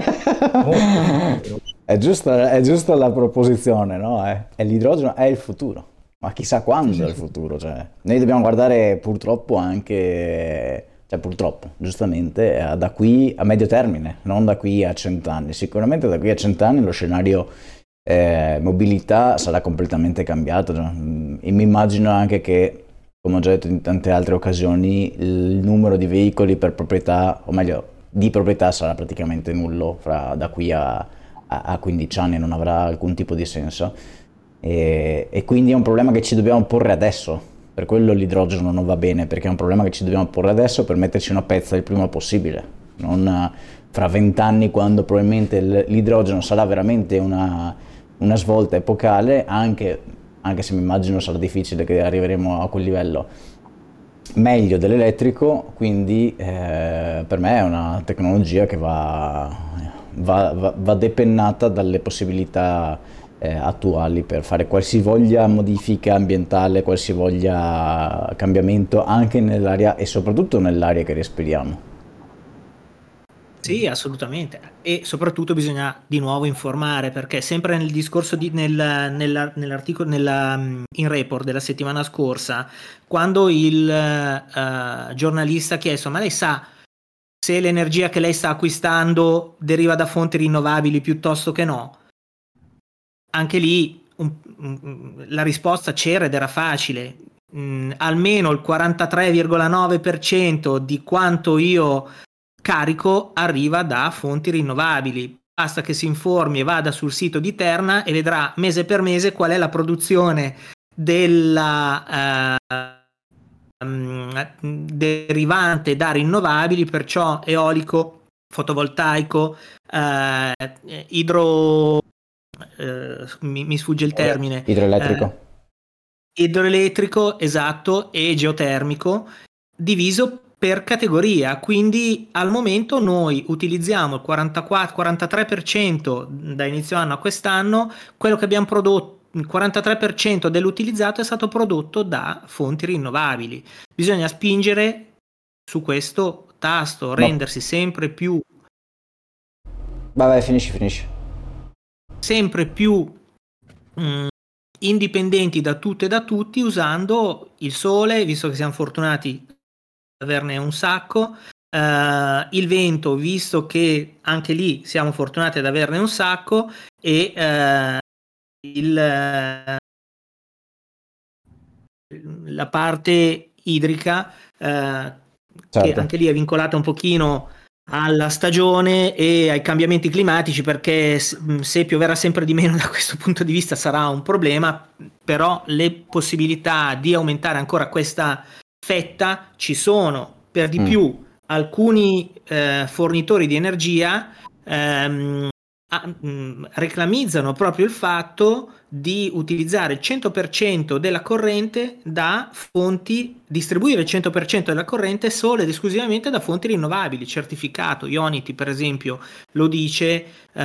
È giusta la proposizione, no? È l'idrogeno, è il futuro, ma chissà quando è il futuro, cioè. Noi dobbiamo guardare purtroppo anche, cioè purtroppo, giustamente, da qui a medio termine, non da qui a 100 anni. Sicuramente da qui a 100 anni lo scenario mobilità sarà completamente cambiato, cioè, e mi immagino anche che, come ho già detto in tante altre occasioni, il numero di veicoli per proprietà, o meglio, di proprietà sarà praticamente nullo da qui a 15 anni, non avrà alcun tipo di senso, e quindi è un problema che ci dobbiamo porre adesso. Per quello l'idrogeno non va bene, perché è un problema che ci dobbiamo porre adesso per metterci una pezza il prima possibile, non fra 20 anni, quando probabilmente l'idrogeno sarà veramente una svolta epocale, anche se mi immagino sarà difficile che arriveremo a quel livello, meglio dell'elettrico. Quindi per me è una tecnologia che va depennata dalle possibilità attuali per fare qualsivoglia modifica ambientale, qualsivoglia cambiamento anche nell'aria e soprattutto nell'aria che respiriamo. Sì, assolutamente, e soprattutto bisogna di nuovo informare, perché sempre nel discorso nell'articolo in report della settimana scorsa, quando il giornalista ha chiesto: ma lei sa se l'energia che lei sta acquistando deriva da fonti rinnovabili piuttosto che no? Anche lì la risposta c'era ed era facile. Almeno il 43,9% di quanto io carico arriva da fonti rinnovabili. Basta che si informi e vada sul sito di Terna e vedrà mese per mese qual è la produzione della derivante da rinnovabili, perciò eolico, fotovoltaico, mi sfugge il termine, idroelettrico, esatto, e geotermico, diviso per categoria. Quindi al momento noi utilizziamo il 43% da inizio anno a quest'anno. Quello che abbiamo prodotto il 43% dell'utilizzato è stato prodotto da fonti rinnovabili. Bisogna spingere su questo tasto, rendersi sempre più Vabbè, finisci. sempre più indipendenti da tutto e da tutti, usando il sole, visto che siamo fortunati ad averne un sacco, il vento, visto che anche lì siamo fortunati ad averne un sacco, e la parte idrica, che Certo. anche lì è vincolata un pochino alla stagione e ai cambiamenti climatici, perché se pioverà sempre di meno da questo punto di vista sarà un problema, però le possibilità di aumentare ancora questa fetta ci sono. Per di più alcuni fornitori di energia reclamizzano proprio il fatto di utilizzare il 100% della corrente da fonti, distribuire il 100% della corrente solo ed esclusivamente da fonti rinnovabili, certificato. Ionity, per esempio, lo dice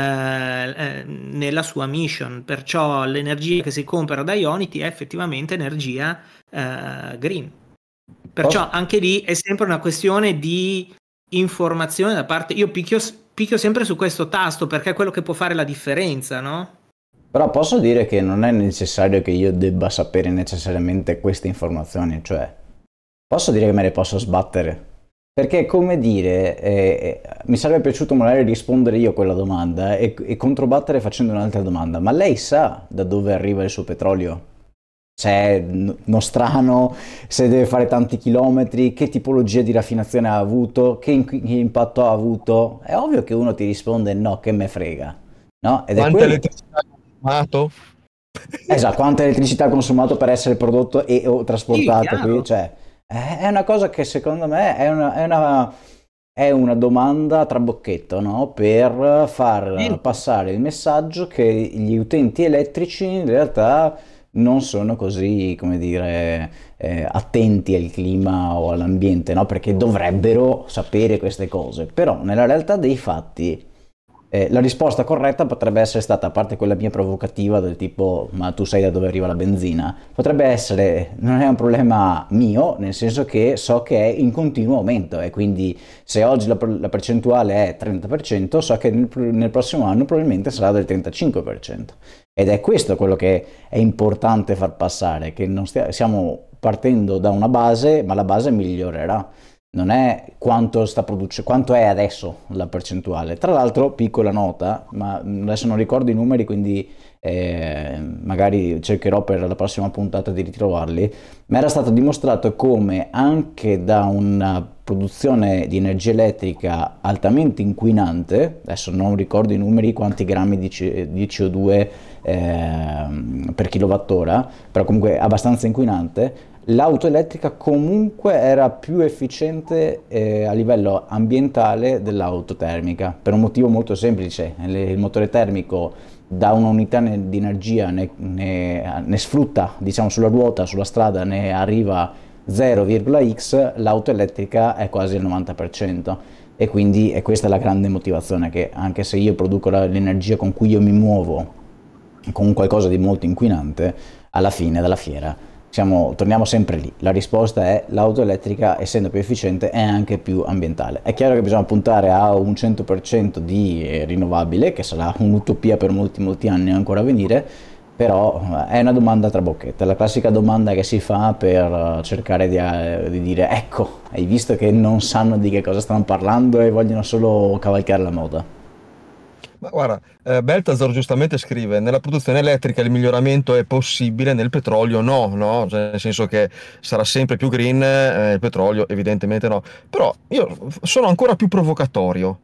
nella sua mission, perciò l'energia che si compra da Ionity è effettivamente energia green. Perciò anche lì è sempre una questione di informazione da parte. Io picchio sempre su questo tasto perché è quello che può fare la differenza, no? Però posso dire che non è necessario che io debba sapere necessariamente queste informazioni, cioè posso dire che me le posso sbattere. Perché, come dire, mi sarebbe piaciuto magari rispondere io a quella domanda e controbattere facendo un'altra domanda. Ma lei sa da dove arriva il suo petrolio? Se è nostrano, se deve fare tanti chilometri, che tipologia di raffinazione ha avuto, che impatto ha avuto? È ovvio che uno ti risponde no, che me frega, no? Ed è Quanta quello. elettricità ha consumato? Esatto, quanta elettricità ha consumato per essere prodotto o Sì, trasportato qui? chiaro. Cioè, è una cosa che secondo me è una domanda a trabocchetto, no? Per far passare il messaggio che gli utenti elettrici in realtà non sono così, come dire, attenti al clima o all'ambiente, no? Perché dovrebbero sapere queste cose. Però nella realtà dei fatti la risposta corretta potrebbe essere stata, a parte quella mia provocativa del tipo ma tu sai da dove arriva la benzina, potrebbe essere non è un problema mio, nel senso che so che è in continuo aumento e quindi se oggi la percentuale è 30%, so che nel prossimo anno probabilmente sarà del 35%. Ed è questo quello che è importante far passare, che non stiamo partendo da una base, ma la base migliorerà. Non è quanto sta producendo, quanto è adesso la percentuale. Tra l'altro, piccola nota, ma adesso non ricordo i numeri, quindi magari cercherò per la prossima puntata di ritrovarli, ma era stato dimostrato come anche da una produzione di energia elettrica altamente inquinante, adesso non ricordo i numeri, quanti grammi di CO2 per kilowattora, però comunque abbastanza inquinante, l'auto elettrica comunque era più efficiente a livello ambientale dell'auto termica, per un motivo molto semplice. Il motore termico da un'unità di energia ne sfrutta, diciamo, sulla ruota, sulla strada, ne arriva 0,x, l'auto elettrica è quasi il 90%. E quindi è questa la grande motivazione, che anche se io produco l'energia con cui io mi muovo con qualcosa di molto inquinante, alla fine della fiera torniamo sempre lì. La risposta è l'auto elettrica, essendo più efficiente, è anche più ambientale. È chiaro che bisogna puntare a un 100% di rinnovabile, che sarà un'utopia per molti anni ancora a venire, però è una domanda tra bocchette, la classica domanda che si fa per cercare di dire ecco, hai visto che non sanno di che cosa stanno parlando e vogliono solo cavalcare la moda. Ma guarda, Beltazar giustamente scrive: nella produzione elettrica il miglioramento è possibile, nel petrolio no? Cioè, nel senso che sarà sempre più green, il petrolio evidentemente no. Però io sono ancora più provocatorio,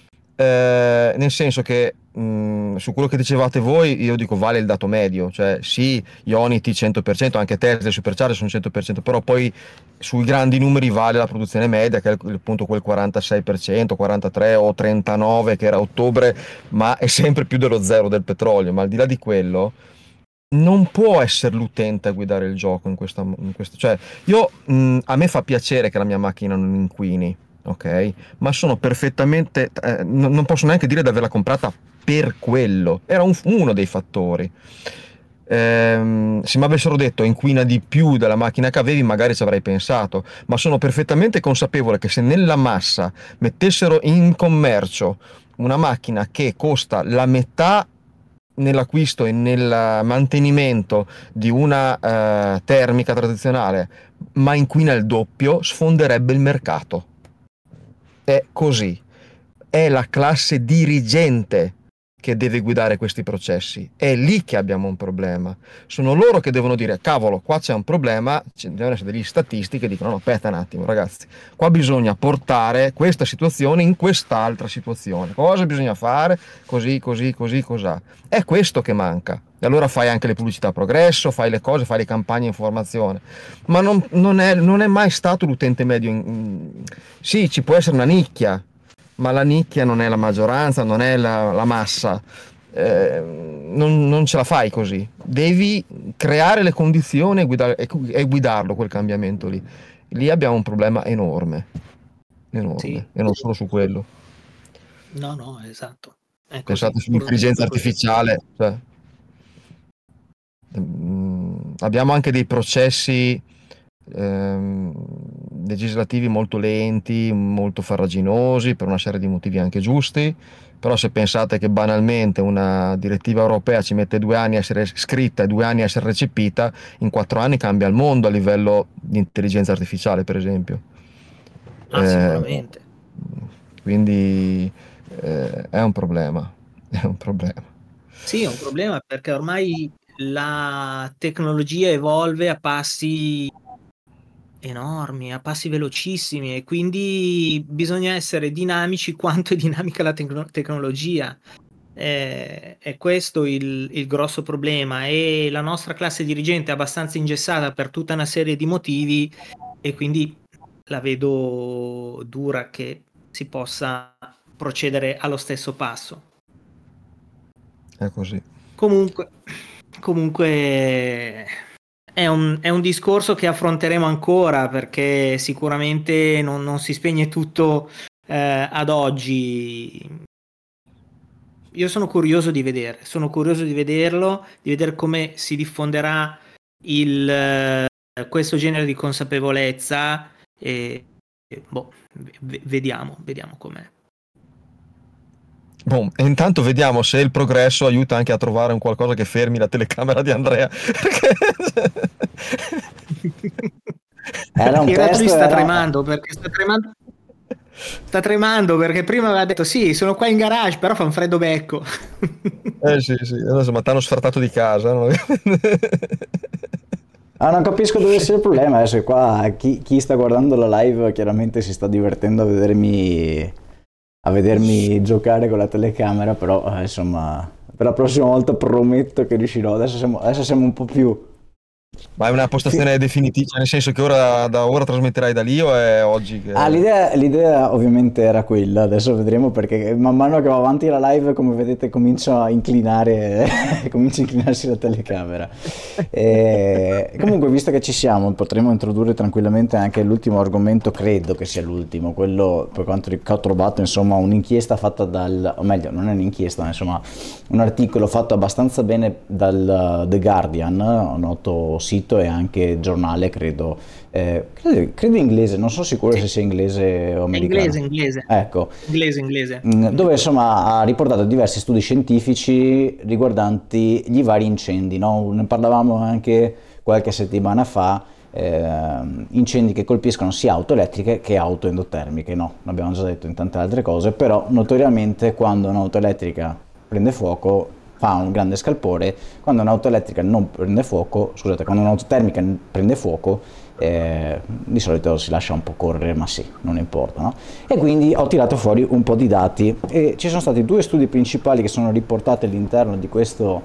nel senso che su quello che dicevate voi io dico vale il dato medio, cioè sì, Ionity 100%, anche Tesla e Supercharger sono 100%, però poi sui grandi numeri vale la produzione media, che è appunto quel 46%, 43 o 39 che era a ottobre, ma è sempre più dello zero del petrolio. Ma al di là di quello non può essere l'utente a guidare il gioco in questa. Cioè io, a me fa piacere che la mia macchina non inquini, ok? Ma sono perfettamente, non posso neanche dire di averla comprata per quello, era uno dei fattori. Se mi avessero detto inquina di più della macchina che avevi, magari ci avrei pensato, ma sono perfettamente consapevole che se nella massa mettessero in commercio una macchina che costa la metà nell'acquisto e nel mantenimento di una termica tradizionale, ma inquina il doppio, sfonderebbe il mercato. È così. È la classe dirigente che deve guidare questi processi. È lì che abbiamo un problema. Sono loro che devono dire, cavolo, qua c'è un problema, ci devono essere degli statisti che dicono, no, aspetta un attimo, ragazzi, qua bisogna portare questa situazione in quest'altra situazione. Cosa bisogna fare? Così, così, così, cos'ha. È questo che manca. E allora fai anche le pubblicità a progresso, fai le cose, fai le campagne di informazione. Ma non è mai stato l'utente medio. Sì, ci può essere una nicchia, ma la nicchia non è la maggioranza, non è la massa. Non ce la fai così. Devi creare le condizioni e guidarlo quel cambiamento lì. Lì abbiamo un problema enorme, enorme, Sì. e non solo su quello. No, esatto. È così, Pensate sull'intelligenza purtroppo è così. artificiale, cioè, abbiamo anche dei processi legislativi molto lenti, molto farraginosi per una serie di motivi anche giusti, però se pensate che banalmente una direttiva europea ci mette 2 anni a essere scritta e 2 anni a essere recepita, in 4 anni cambia il mondo a livello di intelligenza artificiale, per esempio. Sicuramente. Quindi è un problema, è un problema. Sì, è un problema perché ormai la tecnologia evolve a passi enormi, a passi velocissimi, e quindi bisogna essere dinamici quanto è dinamica la tecnologia. È questo il grosso problema, e la nostra classe dirigente è abbastanza ingessata per tutta una serie di motivi, e quindi la vedo dura che si possa procedere allo stesso passo. È così. Comunque è un discorso che affronteremo ancora, perché sicuramente non si spegne tutto ad oggi. Io sono curioso di vederlo, di vedere come si diffonderà questo genere di consapevolezza, e vediamo com'è. Boh, e intanto vediamo se il progresso aiuta anche a trovare un qualcosa che fermi la telecamera di Andrea. Era un In realtà test, lui sta era... tremando perché prima aveva detto sì, sono qua in garage, però fa un freddo becco. Sì, adesso ma t'hanno sfrattato di casa, no? Ah, non capisco dove sia il problema. Adesso qua chi sta guardando la live chiaramente si sta divertendo a vedermi giocare con la telecamera, però insomma, per la prossima volta prometto che riuscirò. Adesso siamo un po' più... Ma è una postazione definitiva, cioè nel senso che da ora trasmetterai da lì o è oggi che... L'idea ovviamente era quella, adesso vedremo, perché man mano che va avanti la live, come vedete, comincia a inclinarsi la telecamera. Comunque, visto che ci siamo, potremo introdurre tranquillamente anche l'ultimo argomento, credo che sia l'ultimo, quello per quanto ho trovato, insomma, un'inchiesta fatta o meglio, non è un'inchiesta, ma insomma, un articolo fatto abbastanza bene dal The Guardian, un noto sito e anche giornale, credo inglese, non sono sicuro se sia inglese o americano. Inglese. Ecco. Inglese. Dove insomma ha riportato diversi studi scientifici riguardanti gli vari incendi, no? Ne parlavamo anche qualche settimana fa, incendi che colpiscono sia auto elettriche che auto endotermiche, no? L'abbiamo già detto in tante altre cose, però notoriamente quando un'auto elettrica prende fuoco fa un grande scalpore, quando un'auto elettrica non prende fuoco, scusate, quando un'auto termica prende fuoco, di solito si lascia un po' correre, ma sì, non importa, no? E quindi ho tirato fuori un po' di dati, e ci sono stati 2 studi principali che sono riportati all'interno di questo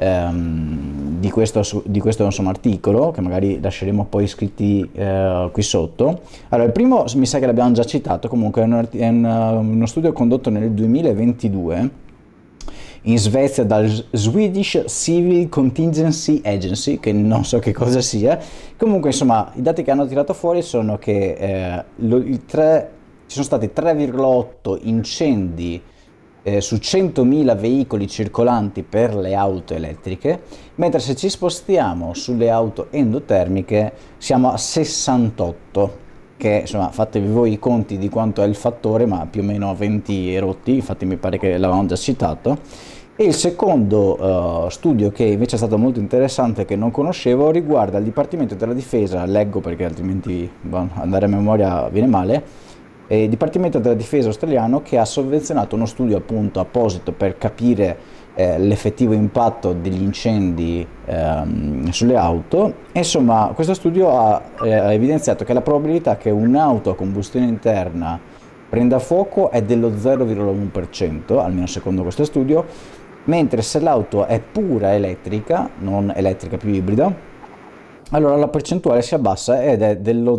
insomma, articolo, che magari lasceremo poi iscritti qui sotto. Allora, il primo mi sa che l'abbiamo già citato, comunque è uno studio condotto nel 2022 in Svezia dal Swedish Civil Contingency Agency, che non so che cosa sia. Comunque, insomma, i dati che hanno tirato fuori sono che ci sono stati 3,8 incendi su 100.000 veicoli circolanti per le auto elettriche, mentre se ci spostiamo sulle auto endotermiche siamo a 68, che insomma fatevi voi i conti di quanto è il fattore, ma più o meno a 20 rotti, infatti mi pare che l'avevamo già citato. E il secondo studio, che invece è stato molto interessante, che non conoscevo, riguarda il Dipartimento della Difesa, leggo perché altrimenti andare a memoria viene male, il Dipartimento della Difesa australiano, che ha sovvenzionato uno studio appunto apposito per capire l'effettivo impatto degli incendi sulle auto. E insomma, questo studio ha evidenziato che la probabilità che un'auto a combustione interna prenda fuoco è dello 0,1%, almeno secondo questo studio, mentre se l'auto è pura elettrica, non elettrica più ibrida, allora la percentuale si abbassa ed è dello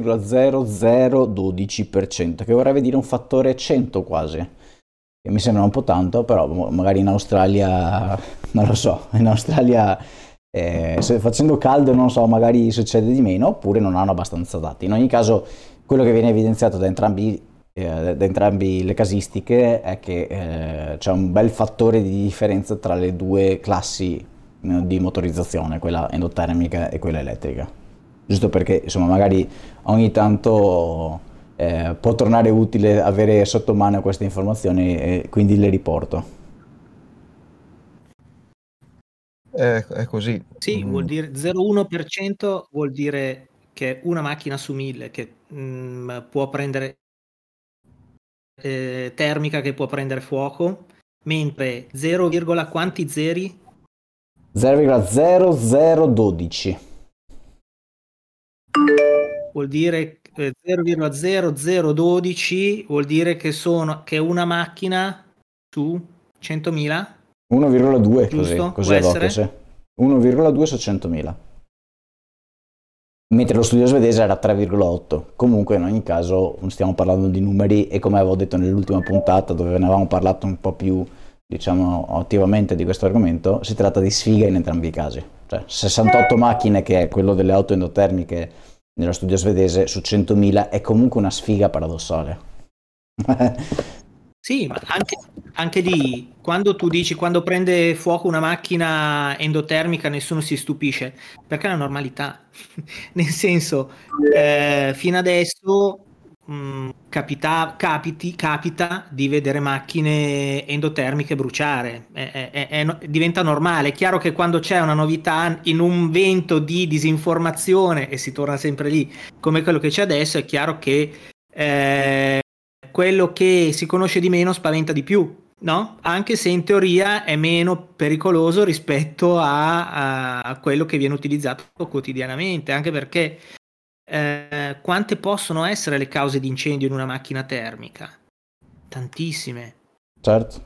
0,0012%, che vorrebbe dire un fattore 100 quasi, che mi sembra un po' tanto, però magari in Australia, non lo so, in Australia facendo caldo, non so, magari succede di meno, oppure non hanno abbastanza dati. In ogni caso, quello che viene evidenziato da entrambi le casistiche è che c'è un bel fattore di differenza tra le due classi di motorizzazione, quella endotermica e quella elettrica, giusto perché insomma magari ogni tanto può tornare utile avere sotto mano queste informazioni, e quindi le riporto. È così. Sì, vuol dire 0,1%, vuol dire che una macchina su 1000 che può prendere termica, che può prendere fuoco, mentre 0, quanti zeri? 0,0012 vuol dire 0,0012 vuol dire che è una macchina su 100.000? 1,2 Giusto? così Può ad occhio, essere? sì. 1,2 su 100.000, mentre lo studio svedese era 3,8. Comunque in ogni caso stiamo parlando di numeri, e come avevo detto nell'ultima puntata, dove ne avevamo parlato un po' più, diciamo, attivamente di questo argomento, si tratta di sfiga in entrambi i casi. Cioè 68 macchine, che è quello delle auto endotermiche nello studio svedese, su 100.000 è comunque una sfiga paradossale. Sì, ma anche lì, quando tu dici quando prende fuoco una macchina endotermica nessuno si stupisce, perché è la normalità. Nel senso, fino adesso capita di vedere macchine endotermiche bruciare, diventa normale. È chiaro che quando c'è una novità, in un vento di disinformazione, e si torna sempre lì, come quello che c'è adesso, è chiaro che quello che si conosce di meno spaventa di più, no? Anche se in teoria è meno pericoloso rispetto a quello che viene utilizzato quotidianamente, anche perché quante possono essere le cause di incendio in una macchina termica? Tantissime. Certo.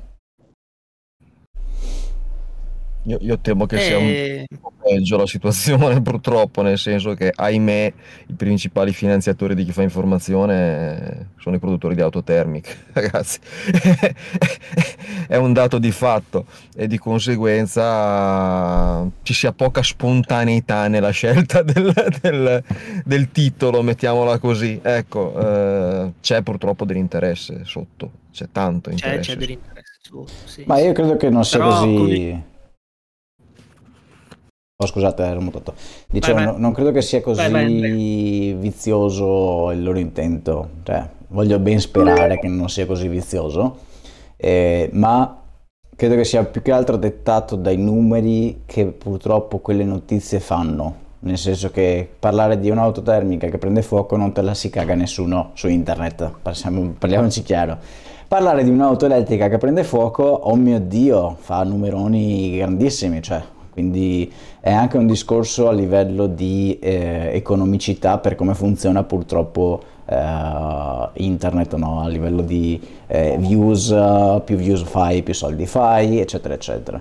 Io temo che sia un po' peggio la situazione, purtroppo, nel senso che, ahimè, i principali finanziatori di chi fa informazione sono i produttori di auto termiche, ragazzi. È un dato di fatto, e di conseguenza ci sia poca spontaneità nella scelta del titolo, mettiamola così. Ecco, c'è purtroppo dell'interesse sotto, c'è tanto interesse. C'è dell'interesse sotto, sì, Ma io credo che non sia però, così. Oh, scusate, ero mutato. Dicevo, vai. non credo che sia così Vai. vizioso il loro intento. Cioè, voglio ben sperare che non sia così vizioso, ma credo che sia più che altro dettato dai numeri che purtroppo quelle notizie fanno. Nel senso che parlare di un'auto termica che prende fuoco non te la si caga nessuno su internet, parliamoci chiaro. Parlare di un'auto elettrica che prende fuoco, oh mio Dio, fa numeroni grandissimi, cioè. Quindi è anche un discorso a livello di economicità per come funziona purtroppo internet, no? A livello di views, più views fai, più soldi fai, eccetera, eccetera.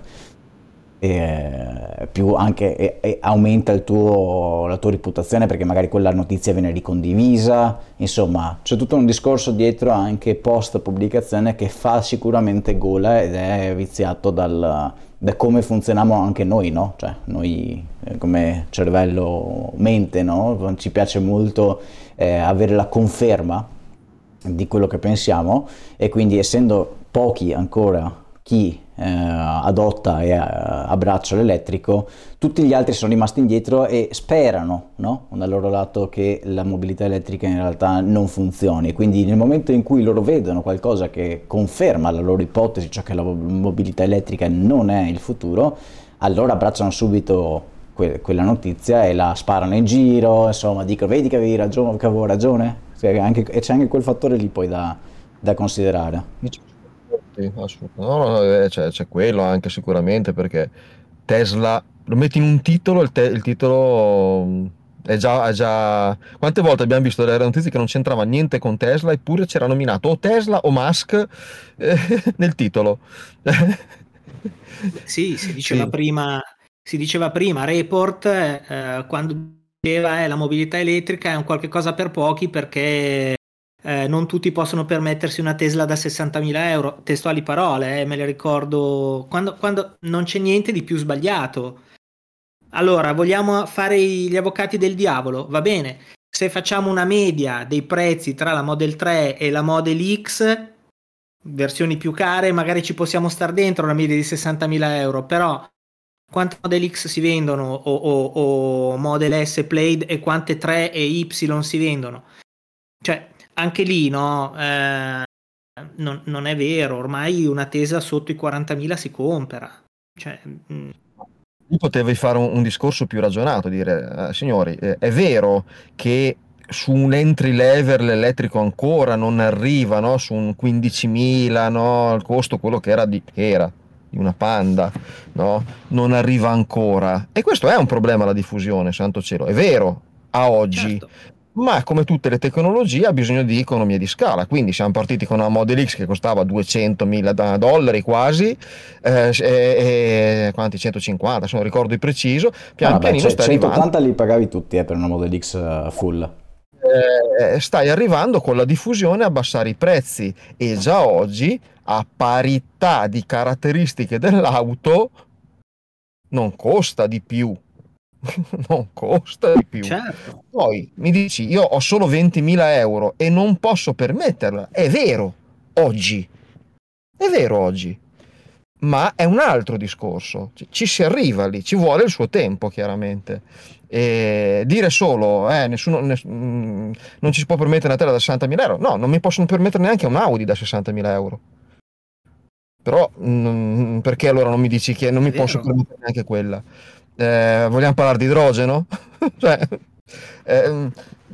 Più anche aumenta la tua reputazione, perché magari quella notizia viene ricondivisa. Insomma, c'è tutto un discorso dietro anche post pubblicazione che fa sicuramente gola, ed è viziato da come funzioniamo anche noi, no? Cioè noi come cervello mente, no? Ci piace molto avere la conferma di quello che pensiamo, e quindi essendo pochi ancora chi adotta e abbraccia l'elettrico, tutti gli altri sono rimasti indietro e sperano, no? Dal loro lato, che la mobilità elettrica in realtà non funzioni. Quindi nel momento in cui loro vedono qualcosa che conferma la loro ipotesi, cioè che la mobilità elettrica non è il futuro, allora abbracciano subito quella notizia e la sparano in giro, insomma, dicono vedi che avevo ragione. E c'è anche quel fattore lì poi da considerare. Sì, assolutamente. No, no, c'è quello anche sicuramente, perché Tesla lo metti in un titolo, il titolo è già. Quante volte abbiamo visto delle notizie che non c'entrava niente con Tesla, eppure c'era nominato o Tesla o Musk nel titolo. Sì, Sì. si diceva prima, Report, quando diceva la mobilità elettrica è un qualche cosa per pochi perché non tutti possono permettersi una Tesla da 60.000 euro, testuali parole, me le ricordo, quando non c'è niente di più sbagliato. Allora, vogliamo fare gli avvocati del diavolo? Va bene, se facciamo una media dei prezzi tra la Model 3 e la Model X, versioni più care, magari ci possiamo star dentro una media di 60.000 euro, però quante Model X si vendono o Model S Plaid e quante 3 e Y si vendono? Cioè, anche lì, no? Non è vero, ormai una Tesla sotto i 40.000 si compra. Cioè, Tu potevi fare un discorso più ragionato, dire, signori, è vero che su un entry level l'elettrico ancora non arriva, no? Su un 15.000, no? Il costo, quello che era di una Panda, no? Non arriva ancora. E questo è un problema, la diffusione, santo cielo. È vero, a oggi. certo, Ma come tutte le tecnologie ha bisogno di economia di scala, quindi siamo partiti con una Model X che costava 200.000 dollari quasi, quanti? 150, se non ricordo di preciso, No, pian vabbè, pianino stai arrivando. 180 li pagavi tutti per una Model X full. Stai arrivando con la diffusione a abbassare i prezzi, e già oggi, a parità di caratteristiche dell'auto, non costa di più. Non costa di più. certo. Poi mi dici, io ho solo 20.000 euro e non posso permetterla. È vero, oggi. È vero oggi. Ma è un altro discorso. Ci si arriva lì, ci vuole il suo tempo, chiaramente. E dire solo, non ci si può permettere una tela da 60.000 euro. No, non mi possono permettere neanche un Audi da 60.000 euro. Però perché allora non mi dici che non È mi posso vero, permettere neanche quella? Vogliamo parlare di idrogeno? Cioè, ehm,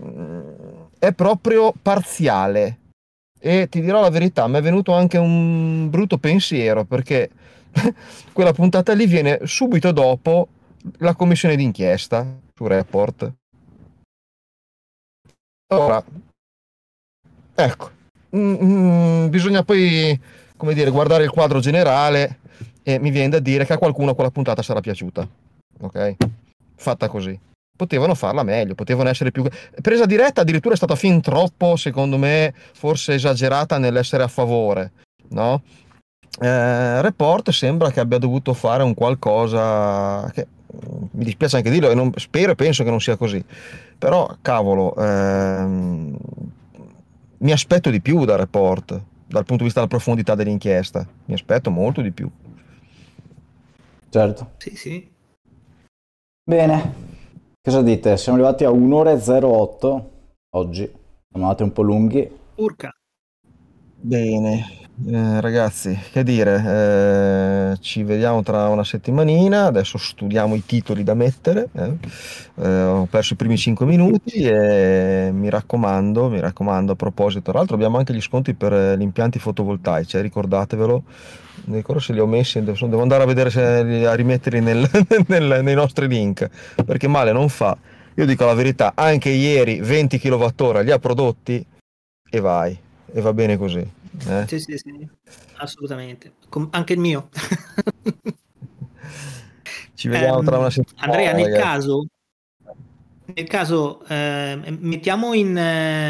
è proprio parziale. E ti dirò la verità, mi è venuto anche un brutto pensiero, perché quella puntata lì viene subito dopo la commissione d'inchiesta su Report. Ora, ecco, bisogna poi, come dire, guardare il quadro generale, e mi viene da dire che a qualcuno quella puntata sarà piaciuta. Ok? Fatta così. Potevano farla meglio, potevano essere più. Presa diretta addirittura è stata fin troppo, secondo me, forse esagerata nell'essere a favore, no? Report sembra che abbia dovuto fare un qualcosa che mi dispiace anche dirlo, e spero e penso che non sia così. Però, cavolo, mi aspetto di più da Report, dal punto di vista della profondità dell'inchiesta. Mi aspetto molto di più. Certo. sì, sì. Bene, cosa dite? Siamo arrivati a 1 ora e 08 oggi. Siamo andati un po' lunghi. Urca. Bene, ragazzi, che dire, ci vediamo tra una settimanina, adesso studiamo i titoli da mettere, ho perso i primi 5 minuti e mi raccomando, a proposito, tra l'altro abbiamo anche gli sconti per gli impianti fotovoltaici, ricordatevelo, non ricordo se li ho messi, devo andare a vedere, a rimetterli nei nostri link, perché male non fa. Io dico la verità, anche ieri 20 kWh li ha prodotti e vai, e va bene così. Sì, sì, sì, assolutamente. Anche il mio. Ci vediamo tra una Andrea, settimana, ragazzi. nel caso mettiamo in